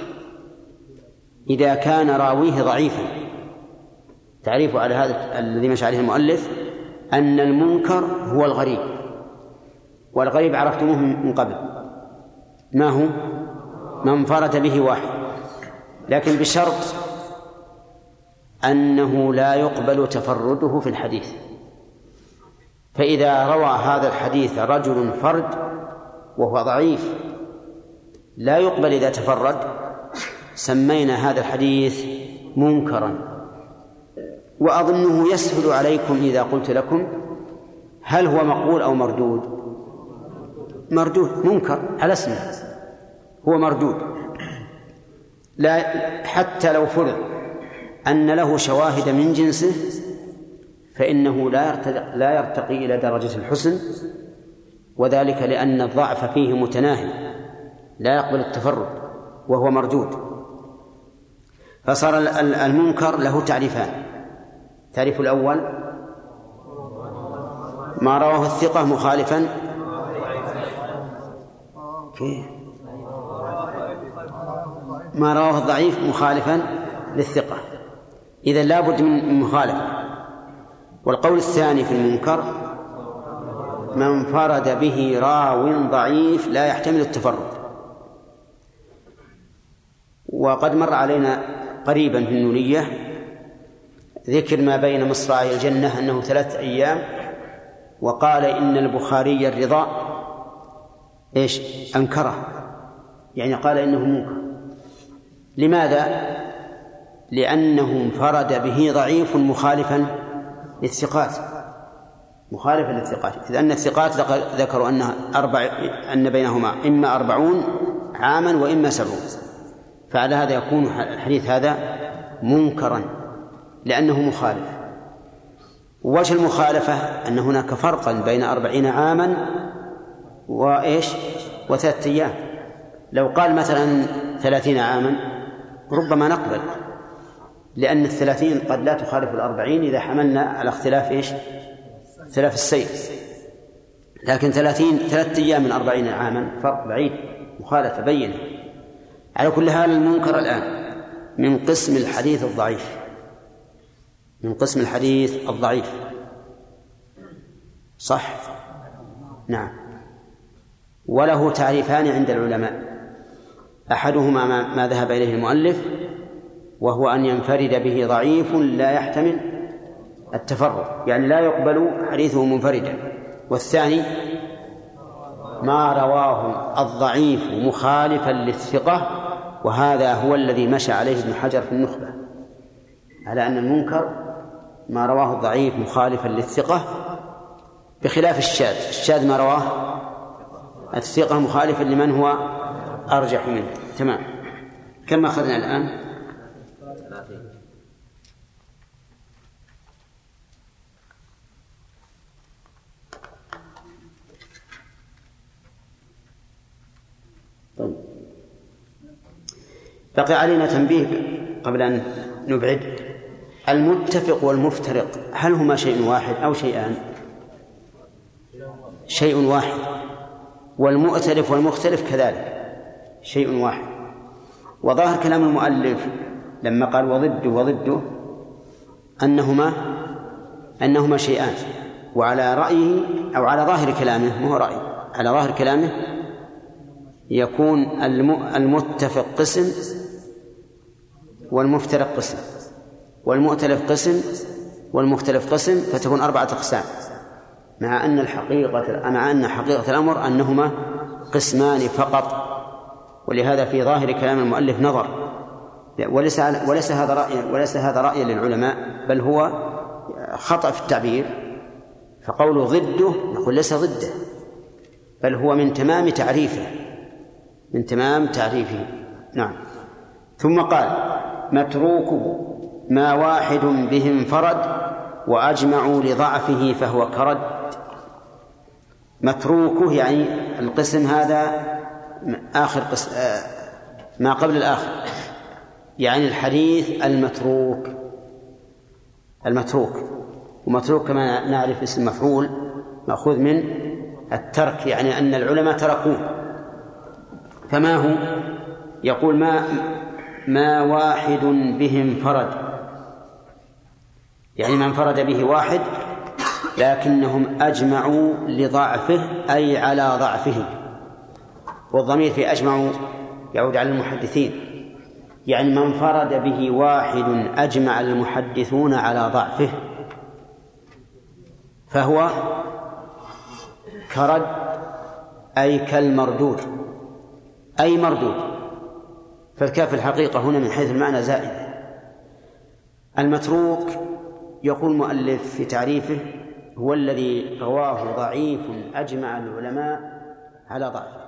إذا كان راويه ضعيفا. تعريف على هذا الذي مشى عليه المؤلف أن المنكر هو الغريب، والغريب عرفتموه من قبل ما هو؟ ما انفرد به واحد، لكن بشرط أنه لا يقبل تفرده في الحديث. فإذا روى هذا الحديث رجل فرد وهو ضعيف لا يقبل إذا تفرد، سمينا هذا الحديث منكرا. وأظنه يسهل عليكم إذا قلت لكم هل هو مقبول أو مردود؟ مردود، منكر على اسمه، هو مردود. لا حتى لو فرض أن له شواهد من جنسه فإنه لا يرتقي, لا يرتقي إلى درجة الحسن، وذلك لأن الضعف فيه متناهي لا يقبل التفرد وهو مردود. فصار المنكر له تعريفان. التعريف الأول ما رواه الثقة مخالفا ما رواه الضعيف مخالفا للثقة، إذن لا بد من مخالفة. والقول الثاني في المنكر ما انفرد به راو ضعيف لا يحتمل التفرد. وقد مر علينا قريبا في النونية ذكر ما بين مصراعي الجنة أنه ثلاثة أيام، وقال إن البخاري الرضا إيش أنكره، يعني قال إنه منكر. لماذا؟ لأنه انفرد به ضعيف مخالفا للثقات، مخالفا للثقات، إذ أن الثقات ذكروا أن, أربع أن بينهما إما أربعون عاما وإما سبعون، فعلى هذا يكون الحديث هذا منكرا لأنه مخالف. ووجه المخالفة أن هناك فرقا بين أربعين عاما وإيش وثلاثة أيام. لو قال مثلا ثلاثين عاما ربما نقبل، لأن الثلاثين قد لا تخالف الأربعين إذا حملنا على اختلاف إيش اختلاف السير، لكن ثلاثين ثلاثة أيام من أربعين عاما فرق بعيد، مخالفة بينة. على كل حال المنكر الآن من قسم الحديث الضعيف، من قسم الحديث الضعيف، صح؟ نعم. وله تعريفان عند العلماء، أحدهما ما ذهب إليه المؤلف وهو أن ينفرد به ضعيف لا يحتمل التفرد، يعني لا يقبل حديثه منفردا. والثاني ما رواه الضعيف مخالفا للثقة، وهذا هو الذي مشى عليه ابن حجر في النخبة، على أن المنكر ما رواه الضعيف مخالفا للثقة، بخلاف الشاذ. الشاذ ما رواه الثقة مخالفا لمن هو أرجح منه. تمام. كم أخذنا الآن؟ طيب. بقي علينا تنبيه قبل أن نبعد. المتفق والمفترق هل هما شيء واحد أو شيئان؟ شيء واحد. والمؤتلف والمختلف كذلك شيء واحد. وظاهر كلام المؤلف لما قال وضده وضده أنهما أنهما شيئان، وعلى رأيه أو على ظاهر كلامه، مو رأي، على ظاهر كلامه يكون المتفق قسم والمفترق قسم، والمؤتلف قسم والمختلف قسم، فتكون أربعة أقسام، مع أن الحقيقة مع أن حقيقة الأمر أنهما قسمان فقط. ولهذا في ظاهر كلام المؤلف نظر، وليس وليس هذا رأي وليس هذا رأيا للعلماء، بل هو خطأ في التعبير. فقوله ضده نقول ليس ضده، بل هو من تمام تعريفه، من تمام تعريفه. نعم. ثم قال متروكه ما واحد به انفرد وأجمعوا لضعفه فهو كرد. متروكه يعني القسم هذا آخر قسم، ما قبل الآخر، يعني الحديث المتروك المتروك، ومتروك كما نعرف اسم مفعول مأخوذ من الترك، يعني أن العلماء تركوه. فما هو؟ يقول ما ما واحد بهم فرد، يعني ما انفرد به واحد لكنهم أجمعوا لضعفه أي على ضعفه، والضمير في أجمعوا يعود على المحدثين، يعني من انفرد به واحد أجمع المحدثون على ضعفه فهو كرد أي كالمردود أي مردود. فالكاف الحقيقة هنا من حيث المعنى زائد. المتروك يقول المؤلف في تعريفه هو الذي رواه ضعيف أجمع العلماء على ضعفه.